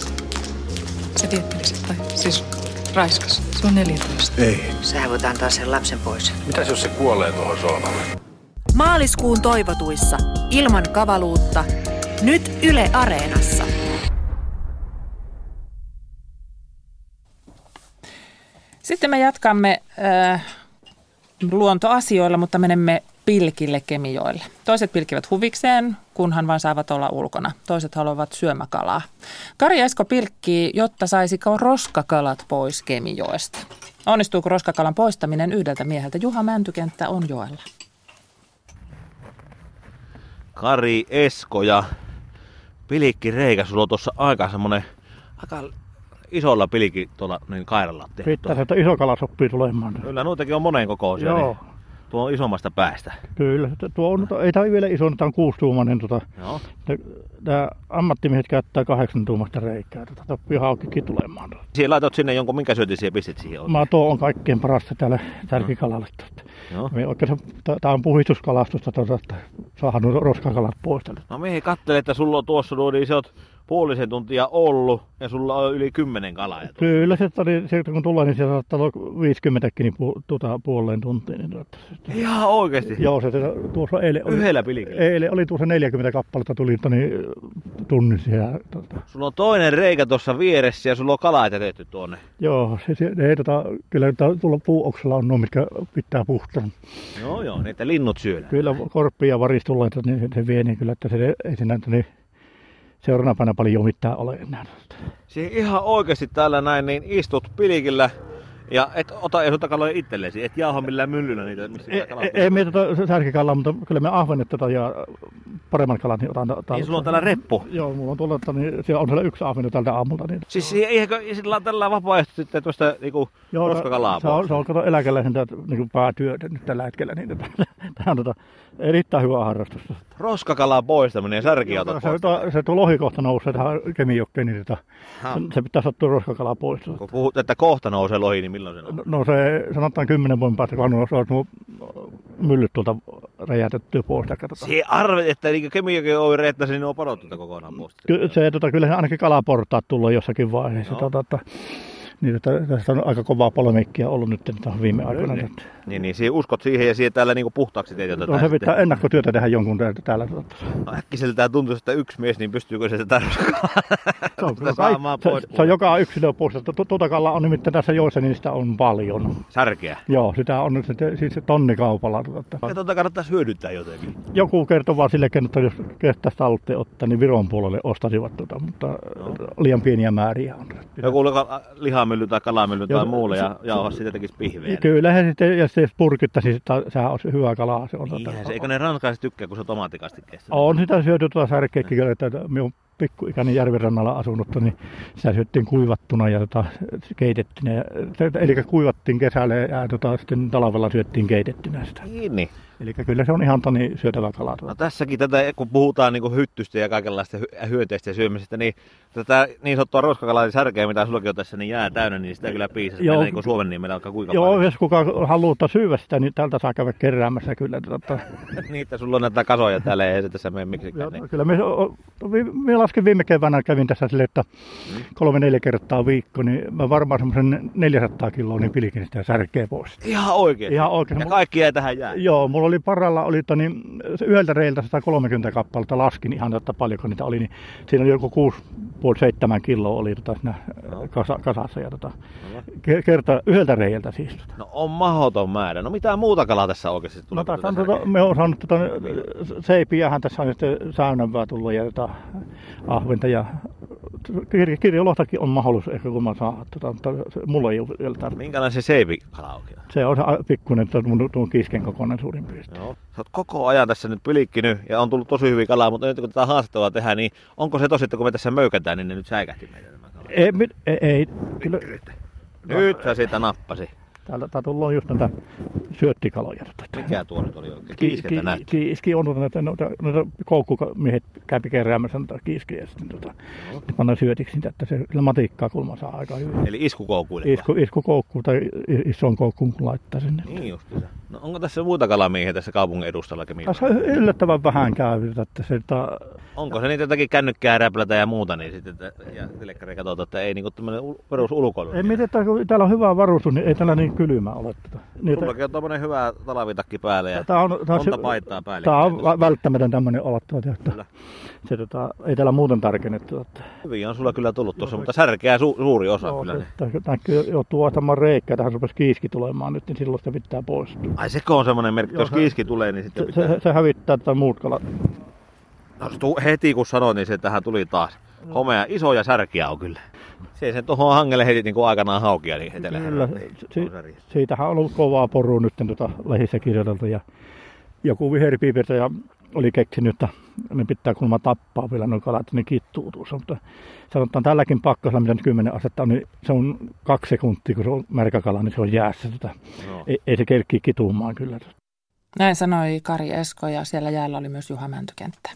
[SPEAKER 11] Se tiettelisi, tai siis raiskas. Se on neljätoista.
[SPEAKER 10] Ei.
[SPEAKER 7] Sä voit antaa sen lapsen pois.
[SPEAKER 8] Mitäs jos se kuolee tuohon sohvalle?
[SPEAKER 12] Maaliskuun toivotuissa. Ilman kavaluutta. Nyt Yle Areenassa.
[SPEAKER 2] Sitten me jatkamme äh, luontoasioilla, mutta menemme pilkille Kemijoelle. Toiset pilkivät huvikseen, kunhan vain saavat olla ulkona. Toiset haluavat syömäkalaa. Kari Esko pilkkii, jotta saisiko roskakalat pois Kemijoesta. Onnistuuko roskakalan poistaminen yhdeltä mieheltä? Juha Mäntykenttä on joella.
[SPEAKER 13] Kari Esko ja pilkkireikä. Sulla on tuossa aika semmoinen aika isolla pilki tuolla niin kairalla tehty.
[SPEAKER 14] Pitää se, että iso kala sopii tulemaan.
[SPEAKER 13] Kyllä, noitakin on monen kokoisia.
[SPEAKER 14] Joo.
[SPEAKER 13] Niin tuo on isommasta päästä.
[SPEAKER 14] Kyllä, tuo on, ei tämä vielä iso, tämä on kuusituumainen. Tota, tämä ammattimiehet käyttää kahdeksan tuumasta reikää. Tota, toppii haukikin tulemaan.
[SPEAKER 13] Siihen laitat sinne jonkun, minkä syötin siihen pistit siihen?
[SPEAKER 14] Mä tuo on kaikkein parasta täällä tärkikalalle. Tämä on puhistuskalastusta, tota, että saadaan roskakalat pois.
[SPEAKER 13] No mihin katselet, että sulla on tuossa nuo niin isot puolisen tuntia ollut ja sulla on yli kymmenen kalaa.
[SPEAKER 14] Kyllä, se, se, kun tullaan, niin se saattaa olla viisikymmentäkin niin pu, tuota, puoleen tuntiin. Niin,
[SPEAKER 13] ihan oikeasti?
[SPEAKER 14] Joo, se, se tuossa eilen oli,
[SPEAKER 13] yhdellä pilikillä?
[SPEAKER 14] Eilen oli tuossa neljäkymmentä kappaletta tuli niin, tunnissa. Ja, tuota.
[SPEAKER 13] Sulla on toinen reikä tuossa vieressä ja sulla on kalaa tehty tuonne.
[SPEAKER 14] Joo, se, se, ei, tota, kyllä tuolla puuoksella on nuo, mitkä pitää puhtaan.
[SPEAKER 13] Joo, joo, niitä linnut syödään.
[SPEAKER 14] Kyllä korppia ja varistulla, niin se vie niin kyllä, että se ei sinä niin seuraavana päivänä paljon mitään ole enää.
[SPEAKER 13] Siis ihan oikeasti täällä näin, niin istut pilikillä ja et ota edes ota kaloja itsellesi, et jauha millään myllyllä niitä, missä
[SPEAKER 14] ei, ei, ei me tota särkikalaa, mutta kyllä me ahvenet tota ja paremman kalan niin otan. otan
[SPEAKER 13] niin sulla on täällä reppu?
[SPEAKER 14] Joo, mulla on tuolla, niin siellä on siellä yksi ahvenu tältä aamulta. Niin.
[SPEAKER 13] Siis eihän sillä tällä vapaaehtoisesti sitten tuosta niinku roskakalaa
[SPEAKER 14] se on, se on kato eläkeläisen niinku päätyötä nyt tällä hetkellä. Niin, tämä on tota, erittäin hyvä harrastus.
[SPEAKER 13] Roskakalaa poistaminen ja särkiä otat
[SPEAKER 14] se, se, se tuo lohi kohta nousee tähän Kemijokkeen, niin tota, se, se pitää sattua roskakalaa pois.
[SPEAKER 13] Kun puhut, että kohta nousee lohi, niin milloin se nousee?
[SPEAKER 14] No se sanotaan kymmenen vuoden päästä, kun on nuo myllyt tuolta räjätettyä pois.
[SPEAKER 13] Se arvet, että niin Kemijokkeen ovi räjättäisi, niin ne on padot tuota kokonaan pois.
[SPEAKER 14] Ky- se, tota, kyllä ainakin kalaportaat tullut jossakin vaiheessa. Tota, tota, niin, tästä on aika kovaa polemiikkia ollut nyt viime aikoina.
[SPEAKER 13] Niin, niin, niin siihen uskot siihen ja siihen täällä niinku puhtaaksi teitä jotain.
[SPEAKER 14] No se pitää ennakkotyötä tehdä jonkun täällä.
[SPEAKER 13] No äkkiseltään tuntuu, että yksi mies, niin pystyykö se sitä
[SPEAKER 14] se, saamaan pois? Se, se on joka yksilö pois. Tuota kalaa on nimittäin tässä joissa, niin sitä on paljon.
[SPEAKER 13] Särkeä?
[SPEAKER 14] Joo, sitä on nyt siis tonnikaupalla.
[SPEAKER 13] Ja tuota kannattaisi hyödyntää jotenkin.
[SPEAKER 14] Joku kertoo vaan sille, että jos kestäisi talteen ottaa, niin Viron puolelle ostaisivat tuota, mutta no. liian pieniä määriä on.
[SPEAKER 13] Joku lihamylly tai kalamylly tai muulle ja jauha siitä tekisi pihveä.
[SPEAKER 14] Kyllä he sitten, jos se purkittaisi, sehän olisi hyvää kalaa. Se on
[SPEAKER 13] niin, tota, se, eikö ne ranskalaiset tykkää, kun se tomaattikastikkeessa?
[SPEAKER 14] On sitä syöty tuota särkeäkin, että minun pikkuikäinen järvirannalla asunut, niin sitä syöttiin kuivattuna ja tota, keitettynä. Eli kuivattiin kesällä ja tota, sitten talvella syöttiin keitettynä sitä.
[SPEAKER 13] Niin, niin.
[SPEAKER 14] Eli kyllä se on ihan toni syötävä kala.
[SPEAKER 13] No tässäkin tätä, kun puhutaan niin hyttystä ja kaikenlaista hyönteistä ja syömisestä, niin tätä niin sanottua roskakalaa ja särkeä, mitä sullakin on tässä, niin jää täynnä, niin sitä kyllä piisasi. Joo, niin Suomen niemellä alkaa kuinka
[SPEAKER 14] joo,
[SPEAKER 13] paljon.
[SPEAKER 14] Jos kukaan haluaa syödä sitä, niin tältä saa käydä keräämässä kyllä. Tota.
[SPEAKER 13] Niin, että sulla on näitä kasoja täällä, ei se tässä mene miksikään. Niin.
[SPEAKER 14] Kyllä, me, me laskin viime keväänä, kävin tässä silleen, että kolme neljä kertaa viikko, niin mä varmaan semmoisen neljäsataa kiloa niin pilikin sitä särkeä pois.
[SPEAKER 13] Ihan oikein?
[SPEAKER 14] Ihan oikein.
[SPEAKER 13] Ja kaikki jäi tähän jää?
[SPEAKER 14] Joo, mulla oli paralla, oli niin yhdeltä reiltä sata kolmekymmentä kappaletta laskin ihan, että paljonko niitä oli, niin siinä oli joku kuusi pilkku viisi seitsemän kiloa oli tota siinä no. kasa, kasassa ja tota, no. kerta yhdeltä reiltä siis. Tota.
[SPEAKER 13] No on mahdoton määrä. No mitä muuta kalaa tässä oikeasti tulee?
[SPEAKER 14] No tässä on tota, me on saanut tota, seipiähän tässä on sitten säynävää tullut ja tota, ahventa ja kir- kirjolohtakin on mahdollisuus ehkä kun mä saan, tota, mutta mulla ei ole vielä tarvitse.
[SPEAKER 13] Minkälainen se seipikala on?
[SPEAKER 14] Se on pikkuinen, tuon kisken kokoinen suurin piirtein.
[SPEAKER 13] Joo. Sä oot koko ajan tässä nyt pylikkinyt ja on tullut tosi hyvin kalaa, mutta nyt kun tätä haastattelua tehdään, niin onko se tosi, että kun me tässä möykätään, niin ne nyt säikähti meitä nämä kalat?
[SPEAKER 14] Ei, ei, ei. Kyllä.
[SPEAKER 13] Nyt sä siitä nappasi.
[SPEAKER 14] Täältä tullaan just näitä syöttikaloja.
[SPEAKER 13] Mikä tuo nyt oli oikein? Kiiskeltä näyttää?
[SPEAKER 14] Kiiski on noita, noita, noita koukkumiehet käypi keräämässä noita kiiskejä ja sitten tota, no. pannaan syötiksi niitä, että se kyllä matikkaa kulma saa aika hyvin.
[SPEAKER 13] Eli iskukoukkuille?
[SPEAKER 14] Isku, iskukoukku tai ison koukkuun kun laittaa sinne.
[SPEAKER 13] Niin justiinsa. No onko tässä muuta kalamiehiä tässä kaupungin edustalla?
[SPEAKER 14] Tässä on yllättävän vähän käynyt. Että se, ta...
[SPEAKER 13] Onko se niitä jotakin kännykkää, räplätä ja muuta, niin sitten ja telekkäri katsotaan, että ei niinku tämmöinen perus ulkoilu?
[SPEAKER 14] Ei miten, että kun täällä on hyvä varustus, niin ei täällä niin kylmä ole.
[SPEAKER 13] Niitä... Sullakin on tommonen hyvä talavitakki päälle ja tää on, tää on monta se... paitaa päälle.
[SPEAKER 14] Tämä on välttämätön tämmöinen olottava, että se, tota, ei täällä muuten tarkennettu. Että...
[SPEAKER 13] Hyvin on sulla kyllä tullut tuossa, mutta särkeää su- suuri osa
[SPEAKER 14] joo,
[SPEAKER 13] kyllä.
[SPEAKER 14] Se, näkyy jo tuottamaan reikkää, tähän rupesi kiiski tulemaan nyt, niin silloin sitä pitää poistua.
[SPEAKER 13] Ai seko on semmoinen merkki, jos kiiski tulee, niin sitten
[SPEAKER 14] se,
[SPEAKER 13] pitää...
[SPEAKER 14] se, se hävittää tätä muut kalat.
[SPEAKER 13] No, heti kun sanoin, niin se tähän tuli taas. Homea, isoja särkiä on kyllä. Se sen tuohon hangelle heti niin kuin aikanaan haukia, niin etelä
[SPEAKER 14] Kyllä, si- siitähän on ollut kovaa porua nyt tuota lehissä kirjoiteltu ja joku viherpiipertäjä oli keksinyt, että ne pitää kuulemma tappaa vielä nuo kalat, että ne kittuu tuossa, mutta sanotaan tälläkin pakkasella, mitä nyt kymmenen astetta on, niin se on kaksi sekuntia, kun se on märkäkala, niin se on jäässä. Tota. No. Ei, ei se kerkkiä kituumaan kyllä.
[SPEAKER 2] Näin sanoi Kari Esko ja siellä jäällä oli myös Juha Mäntykenttä.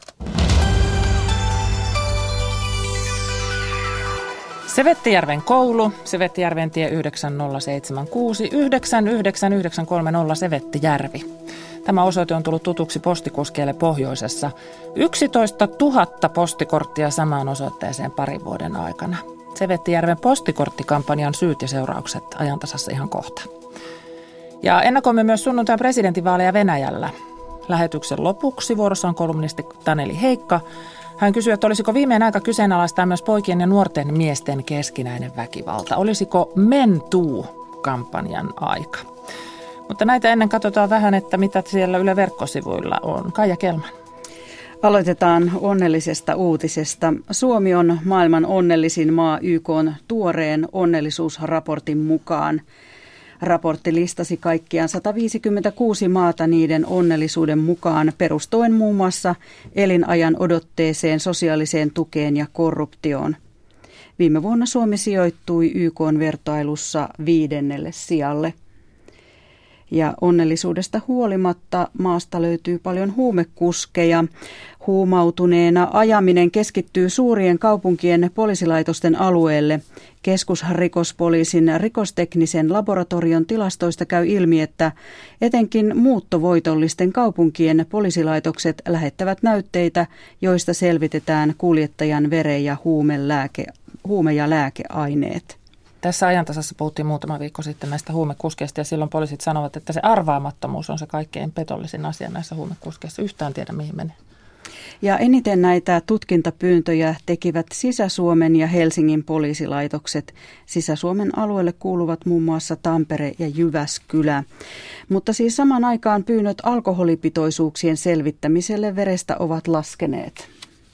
[SPEAKER 2] Sevettijärven koulu, Sevettijärven tie yhdeksän nolla seitsemän kuusi yhdeksän yhdeksän yhdeksän kolme nolla Sevettijärvi. Tämä osoite on tullut tutuksi postikuskeille pohjoisessa. yksitoista tuhatta postikorttia samaan osoitteeseen parin vuoden aikana. Sevettijärven postikorttikampanjan syyt ja seuraukset ajantasassa ihan kohta. Ja ennakoimme myös sunnuntain presidentinvaaleja Venäjällä. Lähetyksen lopuksi vuorossa on kolumnisti Taneli Heikka. Hän kysyy, että olisiko viimein aika kyseenalaistaa myös poikien ja nuorten miesten keskinäinen väkivalta. Olisiko Men Too-kampanjan aika? Mutta näitä ennen katsotaan vähän, että mitä siellä Yle verkkosivuilla on. Kaija Kelman.
[SPEAKER 15] Aloitetaan onnellisesta uutisesta. Suomi on maailman onnellisin maa Y K:n tuoreen onnellisuusraportin mukaan. Raportti listasi kaikkiaan sata viisikymmentäkuusi maata niiden onnellisuuden mukaan perustuen muun muassa elinajan odotteeseen, sosiaaliseen tukeen ja korruptioon. Viime vuonna Suomi sijoittui Y K:n vertailussa viidennelle sijalle. Ja onnellisuudesta huolimatta maasta löytyy paljon huumekuskeja. Huumautuneena ajaminen keskittyy suurien kaupunkien poliisilaitosten alueelle. Keskusrikospoliisin rikosteknisen laboratorion tilastoista käy ilmi, että etenkin muuttovoitollisten kaupunkien poliisilaitokset lähettävät näytteitä, joista selvitetään kuljettajan veren ja huumelääke, huume- ja lääkeaineet.
[SPEAKER 2] Tässä ajantasassa puhuttiin muutama viikko sitten näistä huumekuskeista ja silloin poliisit sanovat, että se arvaamattomuus on se kaikkein petollisin asia näissä huumekuskeissa. Yhtään tiedä mihin menee.
[SPEAKER 15] Ja eniten näitä tutkintapyyntöjä tekivät Sisä-Suomen ja Helsingin poliisilaitokset. Sisä-Suomen alueelle kuuluvat muun muassa Tampere ja Jyväskylä. Mutta siis saman aikaan pyynnöt alkoholipitoisuuksien selvittämiselle verestä ovat laskeneet.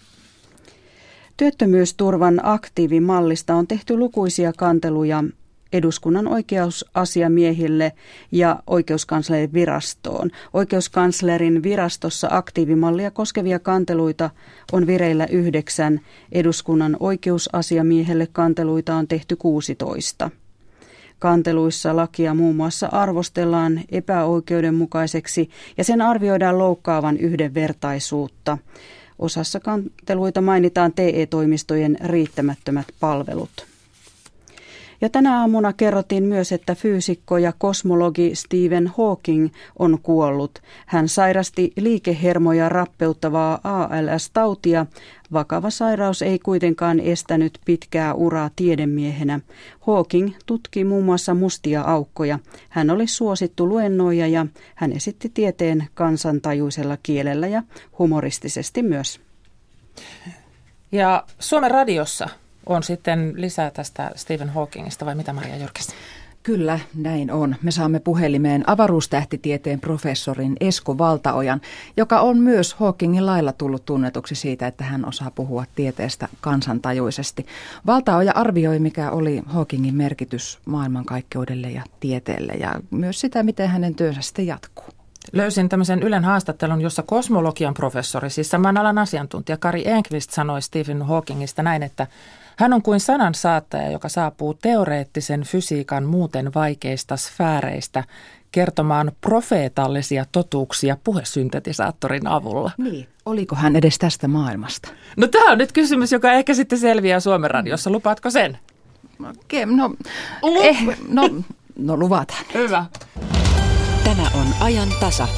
[SPEAKER 15] Työttömyysturvan aktiivimallista on tehty lukuisia kanteluja eduskunnan oikeusasiamiehille ja oikeuskanslerin virastoon. Oikeuskanslerin virastossa aktiivimallia koskevia kanteluita on vireillä yhdeksän. Eduskunnan oikeusasiamiehelle kanteluita on tehty kuusitoista. Kanteluissa lakia muun muassa arvostellaan epäoikeudenmukaiseksi ja sen arvioidaan loukkaavan yhdenvertaisuutta. Osassa kanteluita mainitaan T E-toimistojen riittämättömät palvelut. Ja tänä aamuna kerrottiin myös, että fyysikko ja kosmologi Stephen Hawking on kuollut. Hän sairasti liikehermoja rappeuttavaa A L S-tautia. Vakava sairaus ei kuitenkaan estänyt pitkää uraa tiedemiehenä. Hawking tutki muun muassa mustia aukkoja. Hän oli suosittu luennoija ja hän esitti tieteen kansantajuisella kielellä ja humoristisesti myös.
[SPEAKER 2] Ja Suomen radiossa on sitten lisää tästä Stephen Hawkingista, vai mitä Maria Jyrkäs?
[SPEAKER 16] Kyllä, näin on. Me saamme puhelimeen avaruustähtitieteen professorin Esko Valtaojan, joka on myös Hawkingin lailla tullut tunnetuksi siitä, että hän osaa puhua tieteestä kansantajuisesti. Valtaoja arvioi, mikä oli Hawkingin merkitys maailmankaikkeudelle ja tieteelle ja myös sitä, miten hänen työnsä sitten jatkuu.
[SPEAKER 2] Löysin tämmöisen Ylen haastattelun, jossa kosmologian professori, siis saman alan asiantuntija Kari Enqvist sanoi Stephen Hawkingista näin, että hän on kuin sanan saattaja, joka saapuu teoreettisen fysiikan muuten vaikeista sfääreistä kertomaan profeetallisia totuuksia puhesyntetisaattorin avulla.
[SPEAKER 16] Niin, oliko hän edes tästä maailmasta?
[SPEAKER 2] No tämä on nyt kysymys, joka ehkä sitten selviää Suomen radiossa. Lupaatko sen?
[SPEAKER 16] No, no, eh, no, no luvataan.
[SPEAKER 2] Hyvä.
[SPEAKER 12] Tämä on ajan tasa.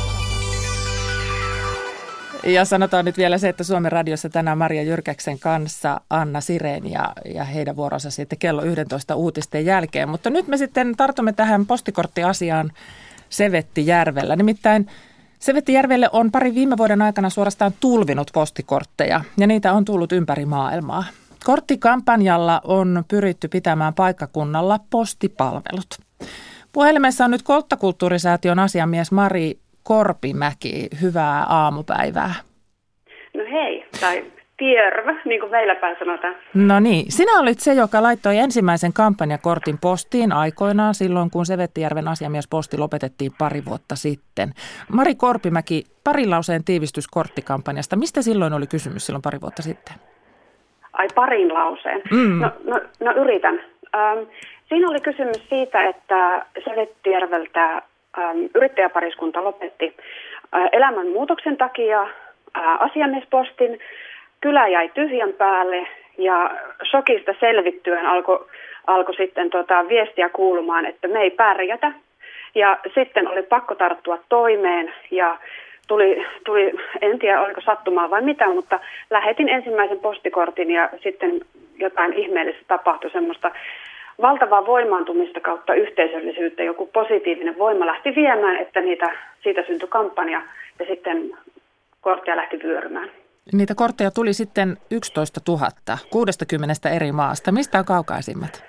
[SPEAKER 2] Ja sanotaan nyt vielä se, että Suomen radiossa tänään Maria Jyrkäksen kanssa Anna Sirén ja, ja heidän vuoronsa sitten kello yksitoista uutisten jälkeen. Mutta nyt me sitten tartumme tähän postikorttiasiaan Sevettijärvellä. Nimittäin Sevettijärvelle on pari viime vuoden aikana suorastaan tulvinut postikortteja ja niitä on tullut ympäri maailmaa. Korttikampanjalla on pyritty pitämään paikkakunnalla postipalvelut. Puhelimessa on nyt Kolttakulttuurisäätiön asiamies Mari Korpimäki. Hyvää aamupäivää.
[SPEAKER 17] No hei, tai tierv, niin kuin meillä päin sanotaan.
[SPEAKER 2] No niin, sinä olit se, joka laittoi ensimmäisen kampanjakortin postiin aikoinaan silloin, kun Sevettijärven asiamiesposti lopetettiin pari vuotta sitten. Mari Korpimäki, parin lauseen tiivistys korttikampanjasta. Mistä silloin oli kysymys silloin pari vuotta sitten?
[SPEAKER 17] Ai parin lauseen? Mm. No, no, no yritän. Ähm, siinä oli kysymys siitä, että Sevettijärveltä ähm, yrittäjäpariskunta lopetti äh, elämänmuutoksen takia äh, asiamiespostin. Kylä jäi tyhjän päälle ja shokista selvittyen alkoi alko sitten tota viestiä kuulumaan, että me ei pärjätä. Ja sitten oli pakko tarttua toimeen ja tuli, tuli, en tiedä oliko sattumaa vai mitä, mutta lähetin ensimmäisen postikortin ja sitten jotain ihmeellistä tapahtui, semmoista valtavaa voimaantumista kautta yhteisöllisyyttä, joku positiivinen voima lähti viemään, että niitä, siitä syntyi kampanja ja sitten kortteja lähti vyörymään.
[SPEAKER 2] Niitä kortteja tuli sitten yksitoista tuhatta kuusikymmentä eri maasta. Mistä on kaukaisimmat?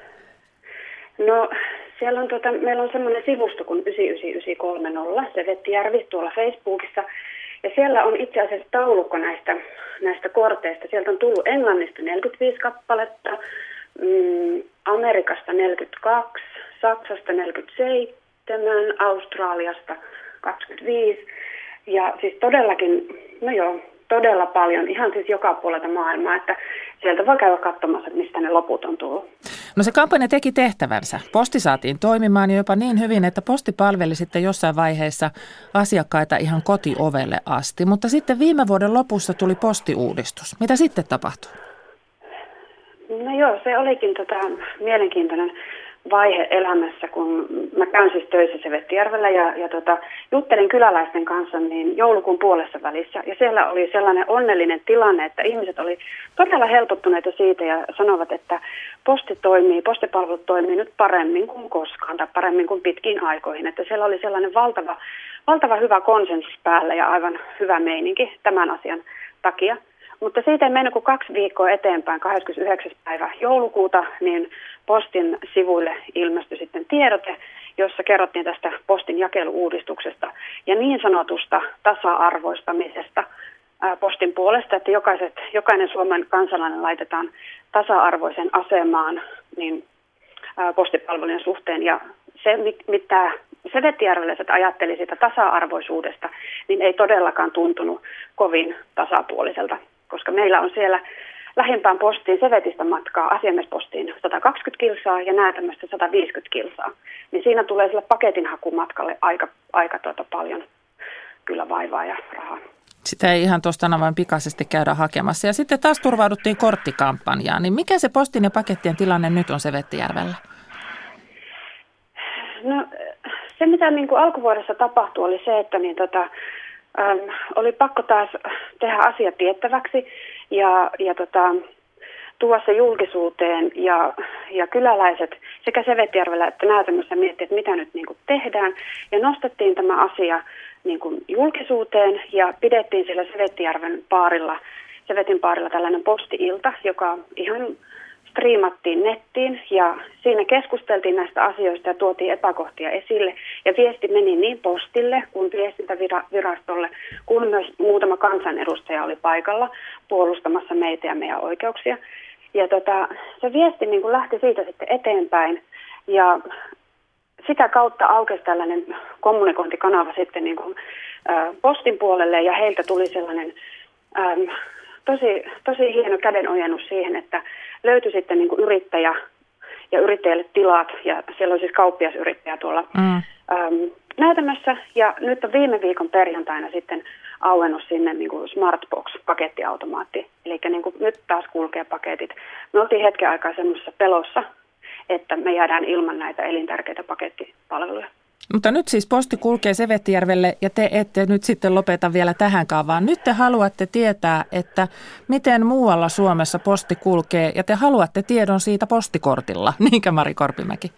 [SPEAKER 17] No siellä on tuota, meillä on semmoinen sivusto kuin yhdeksän yhdeksän yhdeksän kolme nolla, Sevettijärvi tuolla Facebookissa. Ja siellä on itse asiassa taulukko näistä, näistä korteista. Sieltä on tullut Englannista neljäkymmentäviisi kappaletta, mm, Amerikasta neljäkymmentäkaksi, Saksasta neljäkymmentäseitsemän, Australiasta kaksikymmentäviisi. Ja siis todellakin, no joo, todella paljon, ihan siis joka puolelta maailmaa, että sieltä voi käydä katsomassa, että mistä ne loput on tullut.
[SPEAKER 2] No se kampanja teki tehtävänsä. Posti saatiin toimimaan jopa niin hyvin, että posti palveli sitten jossain vaiheessa asiakkaita ihan kotiovelle asti. Mutta sitten viime vuoden lopussa tuli postiuudistus. Mitä sitten tapahtui?
[SPEAKER 17] No joo, se olikin tota mielenkiintoinen vaihe elämässä, kun mä käyn siis töissä Sevettijärvellä ja, ja tota, juttelin kyläläisten kanssa niin joulukuun puolessa välissä. Ja siellä oli sellainen onnellinen tilanne, että ihmiset oli todella helpottuneita siitä ja sanovat, että posti toimii, postipalvelut toimii nyt paremmin kuin koskaan tai paremmin kuin pitkiin aikoihin. Että siellä oli sellainen valtava, valtava hyvä konsensus päällä ja aivan hyvä meininki tämän asian takia. Mutta siitä ei mennyt kuin kaksi viikkoa eteenpäin, kahdeskymmenesyhdeksäs päivä joulukuuta, niin postin sivuille ilmestyi sitten tiedote, jossa kerrottiin tästä postin jakeluuudistuksesta ja niin sanotusta tasa-arvoistamisesta ää, postin puolesta, että jokaiset, jokainen Suomen kansalainen laitetaan tasa-arvoisen asemaan niin, ää, postipalvelujen suhteen. Ja se, mitä sevettijärveläiset ajatteli siitä tasa-arvoisuudesta, niin ei todellakaan tuntunut kovin tasapuoliselta. Koska meillä on siellä lähimpään postiin Sevetistä matkaa asiamiespostiin sata kaksikymmentä kilsaa ja näätämöstä sata viisikymmentä kilsaa. Niin siinä tulee sille paketinhakumatkalle aika, aika tuota paljon kyllä vaivaa ja rahaa.
[SPEAKER 2] Sitä ei ihan tuosta vain pikaisesti käydä hakemassa. Ja sitten taas turvauduttiin korttikampanjaan. Niin mikä se postin ja pakettien tilanne nyt on Sevettijärvellä?
[SPEAKER 17] No se mitä niin kuin alkuvuodessa tapahtui oli se, että niin tota, Ähm, oli pakko taas tehdä asia tiettäväksi ja, ja tota, tuoda se julkisuuteen ja, ja kyläläiset sekä Sevettijärvellä että Näätämössä miettivät, että mitä nyt niin kuin tehdään. Ja nostettiin tämä asia niin kuin julkisuuteen ja pidettiin sillä Sevettijärven paarilla, Sevetin paarilla tällainen posti-ilta, joka ihan striimattiin nettiin ja siinä keskusteltiin näistä asioista ja tuotiin epäkohtia esille. Ja viesti meni niin postille kuin viestintävirastolle, kun myös muutama kansanedustaja oli paikalla puolustamassa meitä ja meidän oikeuksia. Ja tota, se viesti niin kuin lähti siitä sitten eteenpäin ja sitä kautta aukesi tällainen kommunikointikanava sitten niin kuin, ä, postin puolelle ja heiltä tuli sellainen äm, tosi, tosi hieno kädenojennus siihen, että löytyi sitten niin kuin yrittäjä ja yrittäjälle tilat ja siellä on siis kauppiasyrittäjä tuolla mm. äm, Näätämössä ja nyt on viime viikon perjantaina sitten auennut sinne niin kuin Smartbox-pakettiautomaatti. Eli niin kuin nyt taas kulkee paketit. Me oltiin hetken aikaa semmoisessa pelossa, että me jäädään ilman näitä elintärkeitä pakettipalveluja.
[SPEAKER 2] Mutta nyt siis posti kulkee Sevettijärvelle ja te ette nyt sitten lopeta vielä tähänkään, vaan nyt te haluatte tietää, että miten muualla Suomessa posti kulkee ja te haluatte tiedon siitä postikortilla. Niinkä Mari Korpimäki?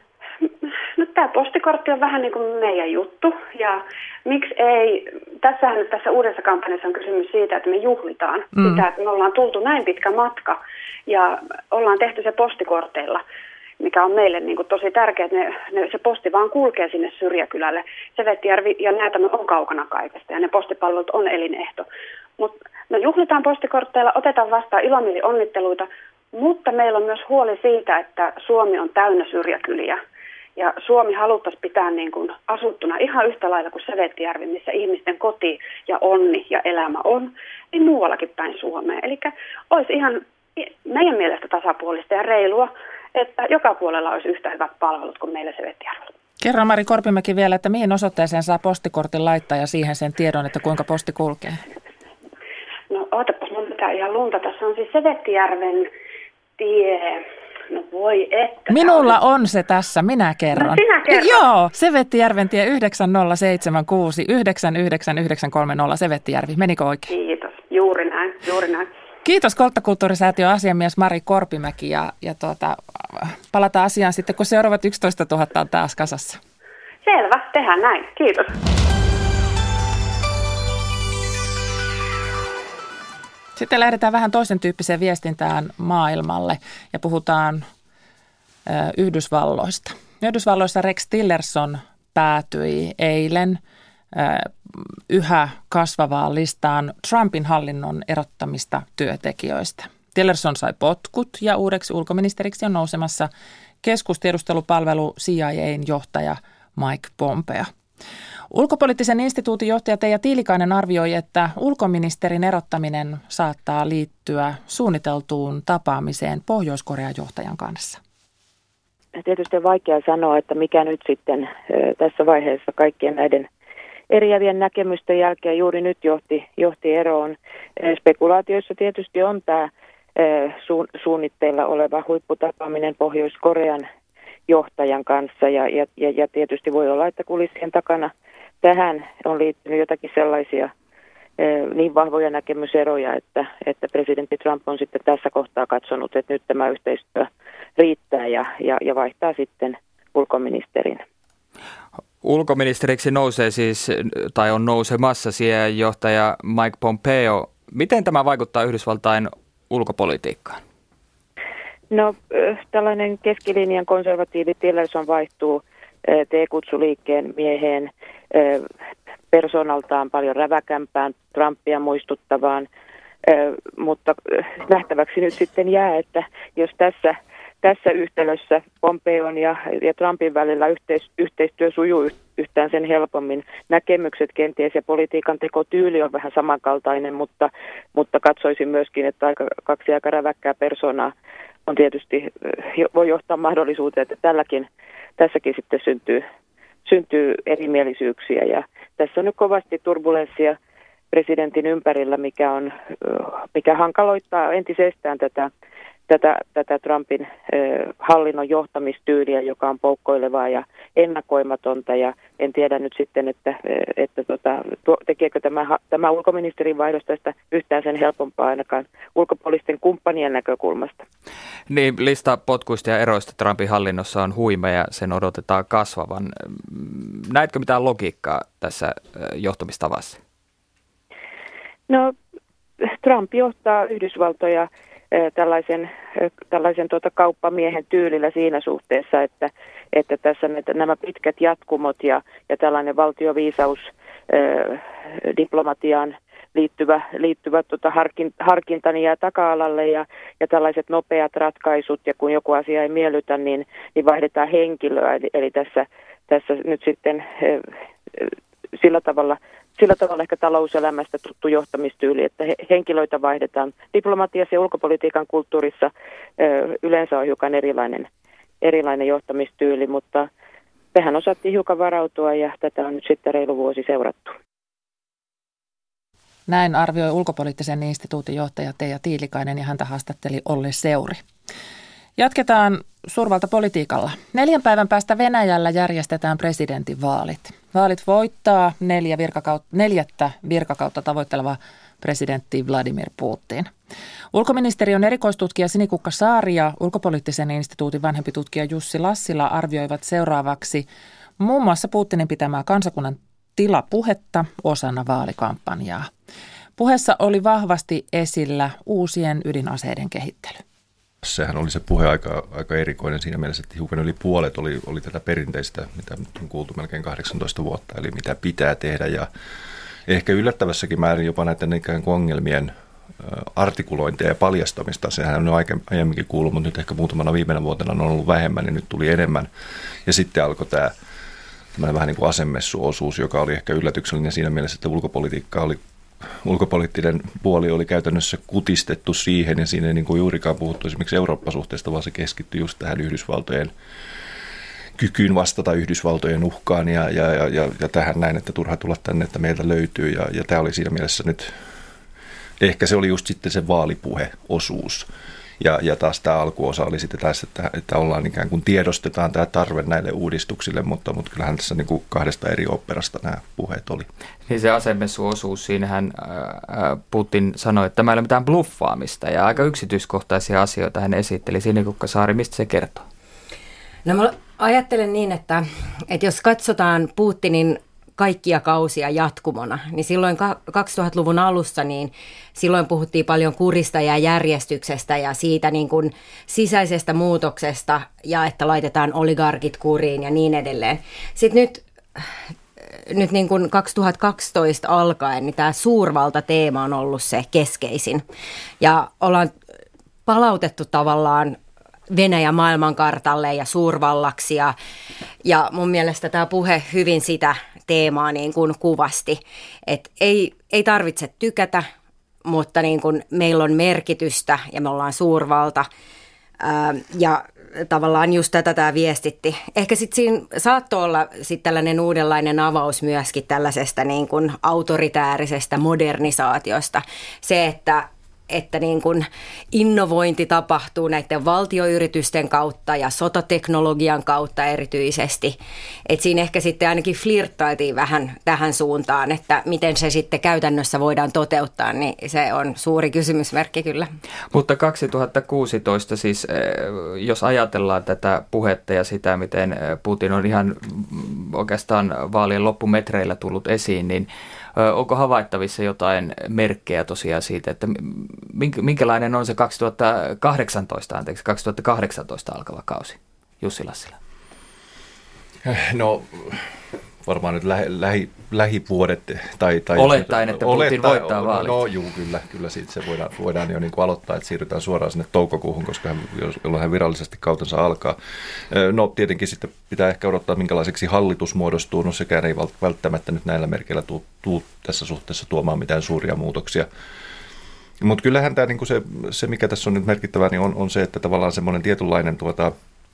[SPEAKER 17] No tämä postikortti on vähän niin kuin meidän juttu ja miksi ei, tässähän nyt tässä uudessa kampanjassa on kysymys siitä, että me juhlitaan mm. sitä, että me ollaan tultu näin pitkä matka ja ollaan tehty se postikorteilla, mikä on meille niin kuin tosi tärkeää, että ne, ne, se posti vaan kulkee sinne syrjäkylälle. Sevettijärvi ja Näätämö on kaukana kaikesta ja ne postipalvelut on elinehto. Mutta me juhlitaan postikortteilla, otetaan vastaan ilomielin onnitteluita, mutta meillä on myös huoli siitä, että Suomi on täynnä syrjäkyliä. Ja Suomi haluttaisiin pitää niin kuin asuttuna ihan yhtä lailla kuin Sevettijärvi, missä ihmisten koti ja onni ja elämä on, niin muuallakin päin Suomeen. Eli olisi ihan meidän mielestä tasapuolista ja reilua, että joka puolella olisi yhtä hyvät palvelut kuin meillä Sevettijärvellä.
[SPEAKER 2] Kerro Mari Korpimäki vielä, että mihin osoitteeseen saa postikortin laittaa ja siihen sen tiedon, että kuinka posti kulkee?
[SPEAKER 17] No ootapas, mun pitää ihan lunta. Tässä on siis Sevettijärven tie No voi että.
[SPEAKER 2] Minulla on se tässä, minä kerron.
[SPEAKER 17] No sinä kerron.
[SPEAKER 2] Joo, Sevettijärventie yhdeksän nolla seitsemän kuusi yhdeksän yhdeksän yhdeksän kolme nolla Sevettijärvi. Menikö oikein?
[SPEAKER 17] Kiitos, juuri näin, juuri näin.
[SPEAKER 2] Kiitos Kolttakulttuurisäätiön asiamies Mari Korpimäki ja, ja tuota, palataan asiaan sitten, kun seuraavat yksitoista tuhatta on taas kasassa.
[SPEAKER 17] Selvä, tehdään näin. Kiitos.
[SPEAKER 2] Sitten lähdetään vähän toisen tyyppiseen viestintään maailmalle ja puhutaan ö, Yhdysvalloista. Yhdysvalloissa Rex Tillerson päätyi eilen ö, yhä kasvavaan listaan Trumpin hallinnon erottamista työntekijöistä. Tillerson sai potkut ja uudeksi ulkoministeriksi on nousemassa keskustiedustelupalvelu C I A:n johtaja Mike Pompeo. Ulkopoliittisen instituutin johtaja Teija Tiilikainen arvioi, että ulkoministerin erottaminen saattaa liittyä suunniteltuun tapaamiseen Pohjois-Korean johtajan kanssa.
[SPEAKER 18] Tietysti on vaikea sanoa, että mikä nyt sitten tässä vaiheessa kaikkien näiden eriävien näkemysten jälkeen juuri nyt johti, johti eroon. Spekulaatioissa tietysti on tämä suunnitteilla oleva huipputapaaminen Pohjois-Korean johtajan kanssa ja, ja, ja tietysti voi olla, että kulissien takana tähän on liittynyt jotakin sellaisia niin vahvoja näkemyseroja, että, että presidentti Trump on sitten tässä kohtaa katsonut, että nyt tämä yhteistyö riittää ja, ja, ja vaihtaa sitten ulkoministerin.
[SPEAKER 19] Ulkoministeriksi nousee siis, tai on nousemassa C I A-johtaja Mike Pompeo. Miten tämä vaikuttaa Yhdysvaltain ulkopolitiikkaan?
[SPEAKER 18] No tällainen keskilinjan konservatiivi Tillerson vaihtuu T-kutsuliikkeen mieheen, persoonaltaan paljon räväkämpään, Trumpia muistuttavaan, mutta nähtäväksi nyt sitten jää, että jos tässä, tässä yhtälössä Pompeon ja, ja Trumpin välillä yhteis, yhteistyö sujuu yhtään sen helpommin, näkemykset kenties ja politiikan tekotyyli on vähän samankaltainen, mutta, mutta katsoisin myöskin, että aika, kaksi aika räväkkää persoonaa on tietysti, voi johtaa mahdollisuuteen, että tälläkin, tässäkin sitten syntyy, syntyy erimielisyyksiä. Ja tässä on nyt kovasti turbulenssia presidentin ympärillä, mikä, on, mikä hankaloittaa entisestään tätä, tätä, tätä Trumpin eh, hallinnon johtamistyyliä, joka on poukkoilevaa ja ennakoimatonta. Ja en tiedä nyt sitten, että, että tota, tuo, tekeekö tämä, tämä ulkoministerin vaihdos tästä yhtään sen helpompaa ainakaan ulkopuolisten kumppanien näkökulmasta.
[SPEAKER 19] Niin, lista potkuista ja eroista Trumpin hallinnossa on huima ja sen odotetaan kasvavan. Näetkö mitään logiikkaa tässä johtamistavassa? No,
[SPEAKER 18] Trump johtaa Yhdysvaltoja tällaisen, tällaisen tuota kauppamiehen tyylillä siinä suhteessa, että, että tässä ne, nämä pitkät jatkumot ja, ja tällainen valtioviisaus äh, diplomatiaan liittyvä, liittyvä tuota harkin, harkintani jää taka-alalle ja, ja tällaiset nopeat ratkaisut ja kun joku asia ei miellytä, niin, niin vaihdetaan henkilöä. Eli, eli tässä, tässä nyt sitten äh, sillä tavalla Sillä tavalla ehkä talouselämästä tuttu johtamistyyli, että henkilöitä vaihdetaan. Diplomatiassa ja ulkopolitiikan kulttuurissa yleensä on hiukan erilainen, erilainen johtamistyyli, mutta tähän osattiin hiukan varautua ja tätä on nyt sitten reilu vuosi seurattu.
[SPEAKER 2] Näin arvioi ulkopoliittisen instituutin johtaja Teija Tiilikainen ja häntä haastatteli Olli Seuri. Jatketaan suurvaltapolitiikalla. Neljän päivän päästä Venäjällä järjestetään presidentinvaalit. Vaalit voittaa neljä virkakautta, neljättä virkakautta tavoitteleva presidentti Vladimir Putin. Ulkoministeriön erikoistutkija Sinikukka Saari ja ulkopoliittisen instituutin vanhempi tutkija Jussi Lassila arvioivat seuraavaksi muun muassa Putinin pitämää kansakunnan tilapuhetta osana vaalikampanjaa. Puheessa oli vahvasti esillä uusien ydinaseiden kehittely.
[SPEAKER 20] Sehän oli se puhe aika, aika erikoinen siinä mielessä, että hiukan yli puolet oli, oli tätä perinteistä, mitä nyt on kuultu melkein kahdeksantoista vuotta, eli mitä pitää tehdä ja ehkä yllättävässäkin määrin jopa näiden ikään kuin ongelmien artikulointia ja paljastamista. Sehän on aiemminkin kuullut, mutta nyt ehkä muutamana viimeinen vuotena on ollut vähemmän ja nyt tuli enemmän. Ja sitten alkoi tämä vähän niin kuin asemessuosuus, joka oli ehkä yllätyksellinen siinä mielessä, että ulkopolitiikka oli ulkopoliittinen puoli oli käytännössä kutistettu siihen, ja siinä ei niin kuin juurikaan puhuttu esimerkiksi Eurooppa-suhteesta, vaan se keskittyi just tähän Yhdysvaltojen kykyyn vastata Yhdysvaltojen uhkaan, ja, ja, ja, ja tähän näin, että turha tulla tänne, että meiltä löytyy, ja, ja tämä oli siinä mielessä nyt, ehkä se oli just sitten se vaalipuheosuus. Ja, ja taas tämä alkuosa oli sitten tässä, että, että ollaan ikään kuin tiedostetaan tämä tarve näille uudistuksille, mutta, mutta kyllähän tässä niin kuin kahdesta eri oopperasta nämä puheet oli.
[SPEAKER 19] Niin se asemessuosuus, siinähän Putin sanoi, että tämä ei ole mitään bluffaamista ja aika yksityiskohtaisia asioita hän esitteli. Sinikukka-Saari, mistä se kertoo?
[SPEAKER 21] No mä ajattelen niin, että, että jos katsotaan Putinin kaikkia kausia jatkumona, niin silloin kaksituhattaluvun alussa, niin silloin puhuttiin paljon kurista ja järjestyksestä ja siitä niin kuin sisäisestä muutoksesta ja että laitetaan oligarkit kuriin ja niin edelleen. Sitten nyt, nyt niin kuin kaksituhattakaksitoista alkaen, niin tämä suurvaltateema on ollut se keskeisin ja ollaan palautettu tavallaan Venäjä maailmankartalle ja suurvallaksi ja, ja mun mielestä tämä puhe hyvin sitä teemaa niin kuin kuvasti, että ei, ei tarvitse tykätä, mutta niin kuin meillä on merkitystä ja me ollaan suurvalta ää, ja tavallaan just tätä tämä viestitti. Ehkä sitten siinä saattoi olla sitten tällainen uudenlainen avaus myöskin tällaisesta niin kuin autoritäärisestä modernisaatiosta. Se, että että niin kuin innovointi tapahtuu näiden valtioyritysten kautta ja sotateknologian kautta erityisesti. Et siinä ehkä sitten ainakin flirttailtiin vähän tähän suuntaan, että miten se sitten käytännössä voidaan toteuttaa, niin se on suuri kysymysmerkki kyllä.
[SPEAKER 19] Mutta kaksituhattakuusitoista siis, jos ajatellaan tätä puhetta ja sitä, miten Putin on ihan oikeastaan vaalien loppumetreillä tullut esiin, niin onko havaittavissa jotain merkkejä tosiaan siitä, että minkälainen on se kaksituhattakahdeksantoista, anteeksi, kaksituhattakahdeksantoista alkava kausi, Jussi Lassila?
[SPEAKER 20] No varmaan nyt lähi, lähi, lähivuodet. Tai, tai
[SPEAKER 19] olettaen, että Putin olettaen, voittaa vaalit.
[SPEAKER 20] No, no juu, kyllä, kyllä siitä se voidaan, voidaan jo niin kuin aloittaa, että siirrytään suoraan sinne toukokuuhun, koska hän, jolloin hän virallisesti kautensa alkaa. No tietenkin sitten pitää ehkä odottaa, minkälaiseksi hallitus muodostuu. No sekään ei välttämättä nyt näillä merkeillä tuu, tuu tässä suhteessa tuomaan mitään suuria muutoksia. Mutta kyllähän tämä, niin kuin se, se, mikä tässä on nyt merkittävää, niin on, on se, että tavallaan semmoinen tietynlainen tuota,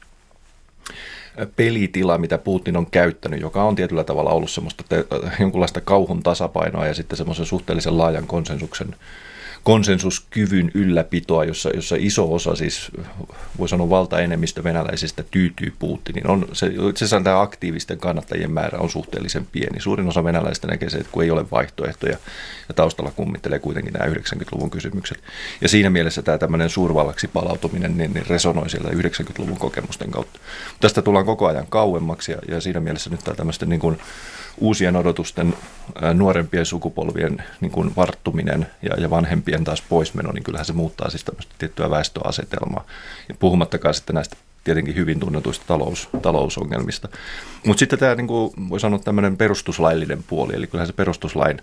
[SPEAKER 20] pelitila, mitä Putin on käyttänyt, joka on tietyllä tavalla ollut semmoista te, jonkunlaista kauhun tasapainoa ja sitten semmoisen suhteellisen laajan konsensuksen, konsensuskyvyn ylläpitoa, jossa, jossa iso osa, siis voi sanoa valtaenemmistö venäläisistä tyytyy Putiniin. On se, itse asiassa tämä aktiivisten kannattajien määrä on suhteellisen pieni. Suurin osa venäläistä näkee se, että kun ei ole vaihtoehtoja ja taustalla kummittelee kuitenkin nämä yhdeksänkymmentäluvun kysymykset. Ja siinä mielessä tämä tämmöinen suurvallaksi palautuminen niin, niin resonoi siellä yhdeksänkymmentäluvun kokemusten kautta. Tästä tullaan koko ajan kauemmaksi ja, ja siinä mielessä nyt tämä tämmöisten niin kuin uusien odotusten, nuorempien sukupolvien niin kuin varttuminen ja, ja vanhempien taas poismeno, niin kyllähän se muuttaa siis tämmöistä tiettyä väestöasetelmaa. Ja puhumattakaan sitten näistä tietenkin hyvin tunnetuista talous, talousongelmista. Mutta sitten tämä, niin kuin voi sanoa, tämmöinen perustuslaillinen puoli, eli kyllähän se perustuslain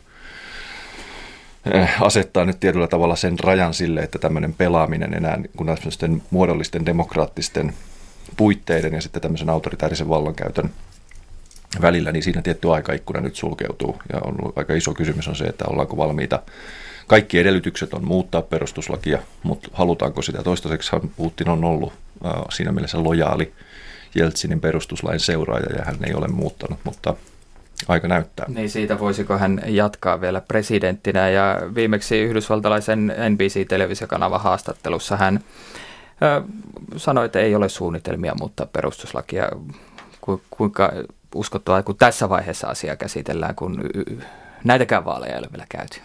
[SPEAKER 20] asettaa nyt tietyllä tavalla sen rajan sille, että tämmöinen pelaaminen enää kun tämmöisten muodollisten demokraattisten puitteiden ja sitten tämmöisen autoritäärisen vallankäytön välillä, niin siinä tietty aikaikkuna nyt sulkeutuu. Ja on aika iso kysymys on se, että ollaanko valmiita. Kaikki edellytykset on muuttaa perustuslakia, mutta halutaanko sitä? Toistaiseksihan Putin on ollut äh, siinä mielessä lojaali Jeltsinin perustuslain seuraaja ja hän ei ole muuttanut, mutta aika näyttää.
[SPEAKER 19] Niin siitä voisiko hän jatkaa vielä presidenttinä ja viimeksi yhdysvaltalaisen N B C-televisiokanavan haastattelussa hän äh, sanoi, että ei ole suunnitelmia muuttaa perustuslakia. Ku, kuinka uskottavaa, kun tässä vaiheessa asiaa käsitellään, kun näitäkään vaaleja ei ole vielä käyty.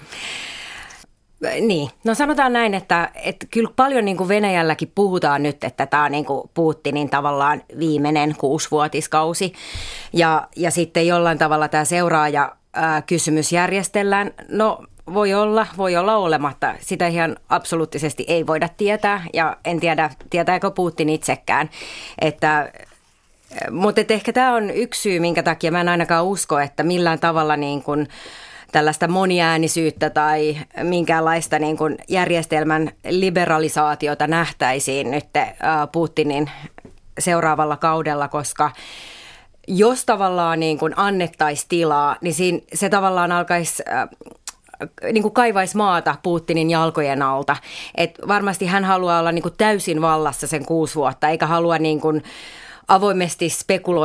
[SPEAKER 21] Niin, no sanotaan näin, että, että kyllä paljon niin kuin Venäjälläkin puhutaan nyt, että tämä on niin kuin Putinin tavallaan viimeinen kuusivuotiskausi ja, ja sitten jollain tavalla tämä seuraaja ää, kysymys järjestellään. No voi olla, voi olla olematta. Sitä ihan absoluuttisesti ei voida tietää ja en tiedä, tietääkö Putin itsekään, että mutta ehkä tämä on yksi syy, minkä takia mä en ainakaan usko, että millään tavalla niin kuin tällaista moniäänisyyttä tai minkäänlaista niin kuin järjestelmän liberalisaatiota nähtäisiin nyt Putinin seuraavalla kaudella, koska jos tavallaan niin kuin annettaisiin tilaa, niin siinä se tavallaan alkaisi niin kuin kaivaisi maata Putinin jalkojen alta. Et varmasti hän haluaa olla niin kuin täysin vallassa sen kuusi vuotta, eikä halua niin kuin avoimesti spekuloida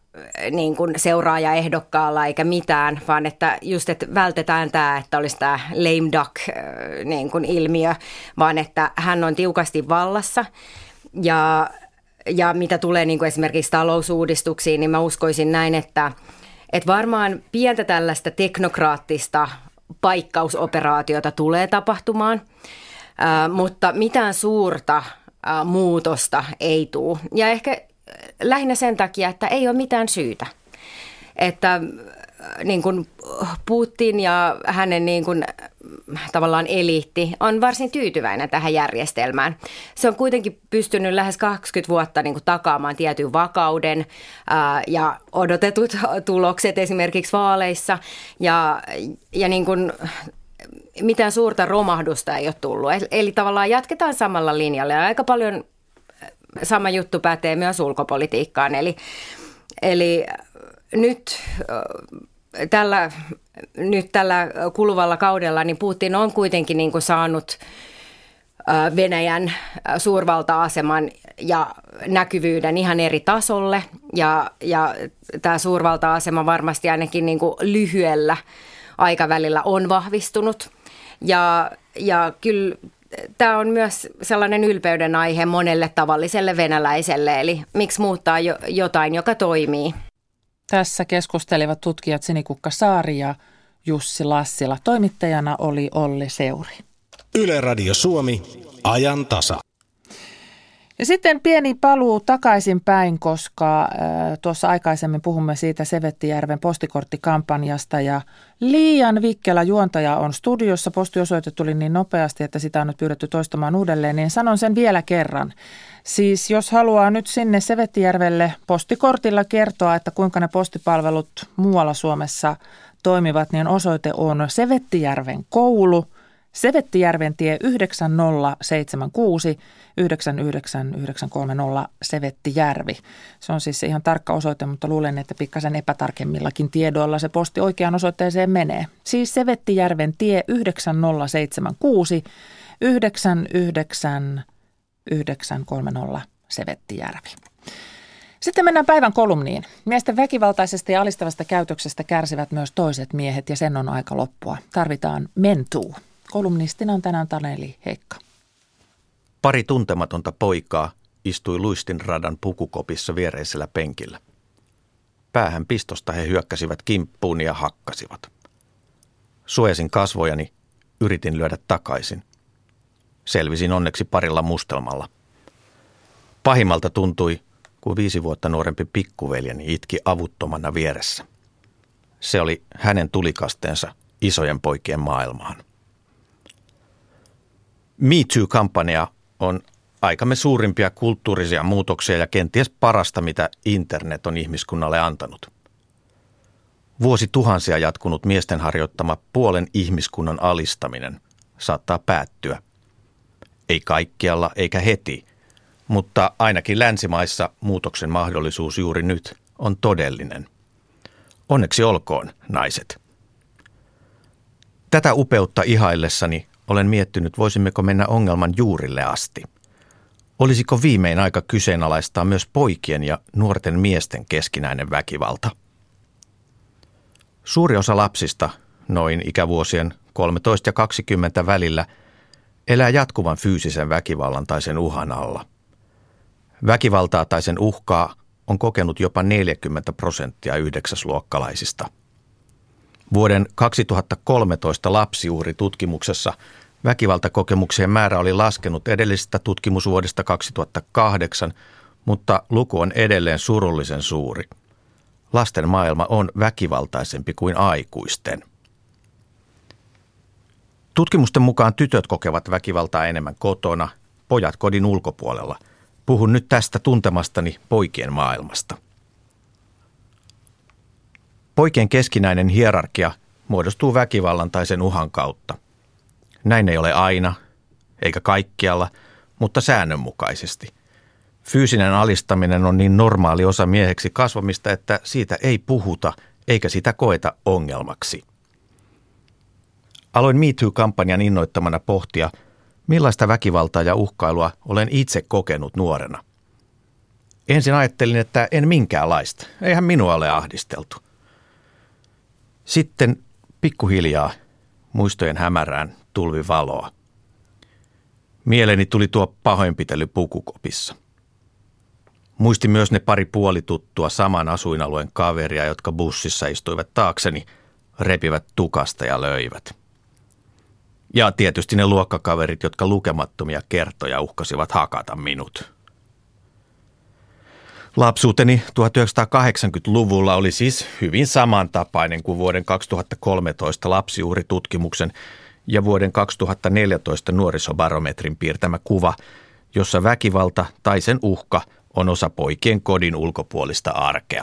[SPEAKER 21] niin kuin seuraajaehdokkaalla eikä mitään, vaan että just, että vältetään tämä, että olisi tämä lame duck niin kuin ilmiö, vaan että hän on tiukasti vallassa ja, ja mitä tulee niin kuin esimerkiksi talousuudistuksiin, niin mä uskoisin näin, että, että varmaan pientä tällaista teknokraattista paikkausoperaatiota tulee tapahtumaan, äh, mutta mitään suurta äh, muutosta ei tule. Ja ehkä lähinnä sen takia, että ei ole mitään syytä. Että äh, niin kuin Putin ja hänen niin kuin, tavallaan eliitti on varsin tyytyväinen tähän järjestelmään. Se on kuitenkin pystynyt lähes kaksikymmentä vuotta niin kuin takaamaan tietyn vakauden ää, ja odotetut tulokset esimerkiksi vaaleissa ja, ja niin kuin, mitään suurta romahdusta ei ole tullut. Eli tavallaan jatketaan samalla linjalla ja aika paljon sama juttu pätee myös ulkopolitiikkaan. Eli, eli nyt tällä... Nyt tällä kuluvalla kaudella niin Putin on kuitenkin niin kuin saanut Venäjän suurvalta-aseman ja näkyvyyden ihan eri tasolle. Ja, ja tämä suurvalta-asema varmasti ainakin niin kuin lyhyellä aikavälillä on vahvistunut. Ja, ja kyllä tämä on myös sellainen ylpeyden aihe monelle tavalliselle venäläiselle. Eli miksi muuttaa jo, jotain, joka toimii?
[SPEAKER 2] Tässä keskustelivat tutkijat Sinikukka Saari ja Jussi Lassila. Toimittajana oli Olli Seuri.
[SPEAKER 1] Yle Radio Suomi, ajan tasa.
[SPEAKER 2] Ja sitten pieni paluu takaisinpäin, koska äh, tuossa aikaisemmin puhumme siitä Sevettijärven postikorttikampanjasta ja liian vikkelä juontaja on studiossa. Postiosoite tuli niin nopeasti, että sitä on nyt pyydetty toistamaan uudelleen, niin sanon sen vielä kerran. Siis jos haluaa nyt sinne Sevettijärvelle postikortilla kertoa, että kuinka ne postipalvelut muualla Suomessa toimivat, niin osoite on Sevettijärven koulu, Sevettijärven tie yhdeksän nolla seitsemän kuusi yhdeksän yhdeksän yhdeksän kolme nolla Sevettijärvi. Se on siis ihan tarkka osoite, mutta luulen, että pikkasen epätarkemmillakin tiedoilla se posti oikeaan osoitteeseen menee. Siis Sevettijärven tie yhdeksän nolla seitsemän kuusi yhdeksän yhdeksän yhdeksän kolme nolla Sevettijärvi. Sitten mennään päivän kolumniin. Miesten väkivaltaisesta ja alistavasta käytöksestä kärsivät myös toiset miehet ja sen on aika loppua. Tarvitaan mentuu. Kolumnistina on tänään Taneli Heikka.
[SPEAKER 3] Pari tuntematonta poikaa istui luistinradan pukukopissa viereisellä penkillä. Päähän pistosta he hyökkäsivät kimppuun ja hakkasivat. Suojasin kasvojani, yritin lyödä takaisin. Selvisin onneksi parilla mustelmalla. Pahimmalta tuntui, kun viisi vuotta nuorempi pikkuveljeni itki avuttomana vieressä. Se oli hänen tulikasteensa isojen poikien maailmaan. Me Too-kampanja on aikamme suurimpia kulttuurisia muutoksia ja kenties parasta, mitä internet on ihmiskunnalle antanut. Vuosituhansia jatkunut miesten harjoittama puolen ihmiskunnan alistaminen saattaa päättyä. Ei kaikkialla eikä heti, mutta ainakin länsimaissa muutoksen mahdollisuus juuri nyt on todellinen. Onneksi olkoon, naiset. Tätä upeutta ihaillessani olen miettinyt, voisimmeko mennä ongelman juurille asti. Olisiko viimein aika kyseenalaistaa myös poikien ja nuorten miesten keskinäinen väkivalta? Suuri osa lapsista, noin ikävuosien kolmetoista ja kaksikymmentä välillä, elää jatkuvan fyysisen väkivallan tai sen uhan alla. Väkivaltaa tai sen uhkaa on kokenut jopa neljäkymmentä prosenttia yhdeksäsluokkalaisista. Vuoden kaksituhattakolmetoista lapsiuhritutkimuksessa väkivaltakokemuksien määrä oli laskenut edellisestä tutkimusvuodesta kaksituhattakahdeksan, mutta luku on edelleen surullisen suuri. Lasten maailma on väkivaltaisempi kuin aikuisten. Tutkimusten mukaan tytöt kokevat väkivaltaa enemmän kotona, pojat kodin ulkopuolella. Puhun nyt tästä tuntemastani poikien maailmasta. Poikien keskinäinen hierarkia muodostuu väkivallan tai sen uhan kautta. Näin ei ole aina, eikä kaikkialla, mutta säännönmukaisesti. Fyysinen alistaminen on niin normaali osa mieheksi kasvamista, että siitä ei puhuta eikä sitä koeta ongelmaksi. Aloin Me Too-kampanjan innoittamana pohtia, millaista väkivaltaa ja uhkailua olen itse kokenut nuorena. Ensin ajattelin, että en minkäänlaista. Eihän minua ole ahdisteltu. Sitten pikkuhiljaa muistojen hämärään tulvi valoa. Mieleeni tuli tuo pahoinpitely pukukopissa. Muistin myös ne pari puolituttua saman asuinalueen kaveria, jotka bussissa istuivat taakseni, repivät tukasta ja löivät. Ja tietysti ne luokkakaverit, jotka lukemattomia kertoja uhkasivat hakata minut. Lapsuuteni tuhatyhdeksänsataakahdeksankymmentäluvulla oli siis hyvin samantapainen kuin vuoden kaksituhattakolmetoista lapsiuhritutkimuksen ja vuoden kaksituhattaneljätoista nuorisobarometrin piirtämä kuva, jossa väkivalta tai sen uhka on osa poikien kodin ulkopuolista arkea.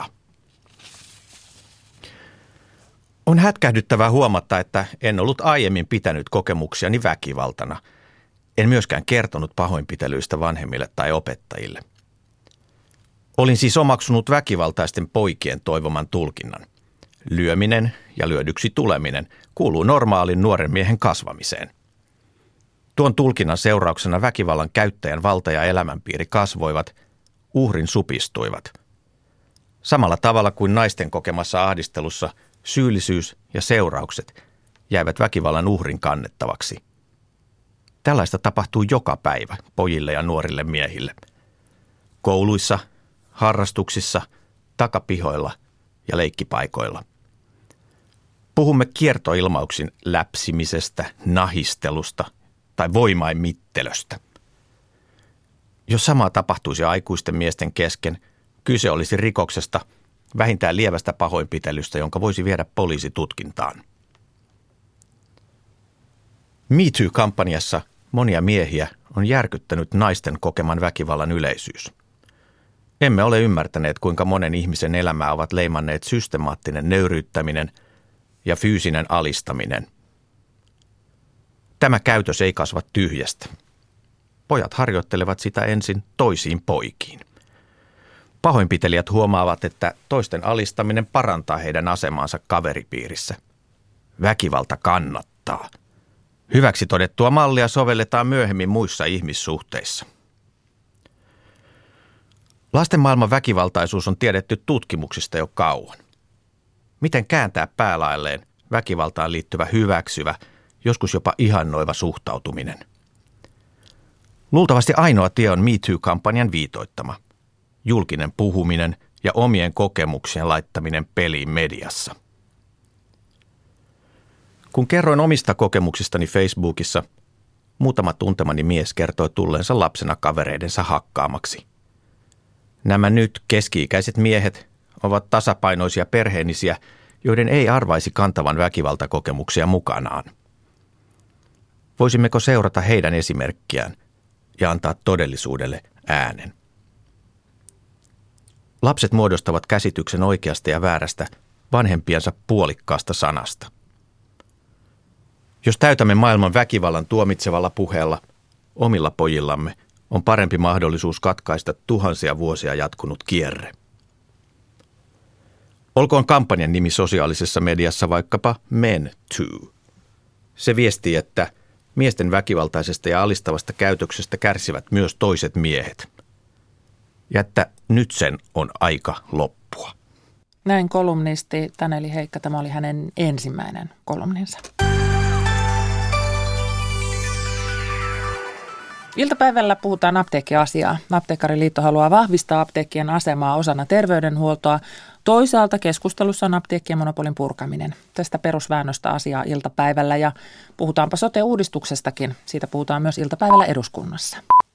[SPEAKER 3] On hätkähdyttävää huomata, että en ollut aiemmin pitänyt kokemuksiani väkivaltana. En myöskään kertonut pahoinpitelyistä vanhemmille tai opettajille. Olin siis omaksunut väkivaltaisten poikien toivoman tulkinnan. Lyöminen ja lyödyksi tuleminen kuuluu normaalin nuoren miehen kasvamiseen. Tuon tulkinnan seurauksena väkivallan käyttäjän valta ja elämänpiiri kasvoivat, uhrin supistuivat. Samalla tavalla kuin naisten kokemassa ahdistelussa syyllisyys ja seuraukset jäivät väkivallan uhrin kannettavaksi. Tällaista tapahtuu joka päivä pojille ja nuorille miehille. Kouluissa, harrastuksissa, takapihoilla ja leikkipaikoilla. Puhumme kiertoilmauksin läpsimisestä, nahistelusta tai voimaimittelöstä. Jos samaa tapahtuisi aikuisten miesten kesken, kyse olisi rikoksesta, vähintään lievästä pahoinpitelystä, jonka voisi viedä poliisitutkintaan. Me Too-kampanjassa monia miehiä on järkyttänyt naisten kokeman väkivallan yleisyys. Emme ole ymmärtäneet, kuinka monen ihmisen elämää ovat leimanneet systemaattinen nöyryyttäminen ja fyysinen alistaminen. Tämä käytös ei kasva tyhjästä. Pojat harjoittelevat sitä ensin toisiin poikiin. Pahoinpitelijät huomaavat, että toisten alistaminen parantaa heidän asemaansa kaveripiirissä. Väkivalta kannattaa. Hyväksi todettua mallia sovelletaan myöhemmin muissa ihmissuhteissa. Lasten maailman väkivaltaisuus on tiedetty tutkimuksista jo kauan. Miten kääntää päälailleen väkivaltaan liittyvä hyväksyvä, joskus jopa ihannoiva suhtautuminen? Luultavasti ainoa tie on Me Too-kampanjan viitoittama. Julkinen puhuminen ja omien kokemuksien laittaminen peliin mediassa. Kun kerroin omista kokemuksistani Facebookissa, muutama tuntemani mies kertoi tulleensa lapsena kavereidensa hakkaamaksi. Nämä nyt keski-ikäiset miehet ovat tasapainoisia perheenisiä, joiden ei arvaisi kantavan väkivaltakokemuksia mukanaan. Voisimmeko seurata heidän esimerkkiään ja antaa todellisuudelle äänen? Lapset muodostavat käsityksen oikeasta ja väärästä vanhempiensa puolikkaasta sanasta. Jos täytämme maailman väkivallan tuomitsevalla puheella, omilla pojillamme on parempi mahdollisuus katkaista tuhansia vuosia jatkunut kierre. Olkoon kampanjan nimi sosiaalisessa mediassa vaikkapa Men Too. Se viestii, että miesten väkivaltaisesta ja alistavasta käytöksestä kärsivät myös toiset miehet. Ja että nyt sen on aika loppua.
[SPEAKER 2] Näin kolumnisti Taneli Heikka. Tämä oli hänen ensimmäinen kolumninsa. Iltapäivällä puhutaan apteekkiasiaa. Apteekkariliitto haluaa vahvistaa apteekkien asemaa osana terveydenhuoltoa. Toisaalta keskustelussa on apteekkien monopolin purkaminen. Tästä perusväännöstä asiaa iltapäivällä ja puhutaanpa sote-uudistuksestakin. Siitä puhutaan myös iltapäivällä eduskunnassa.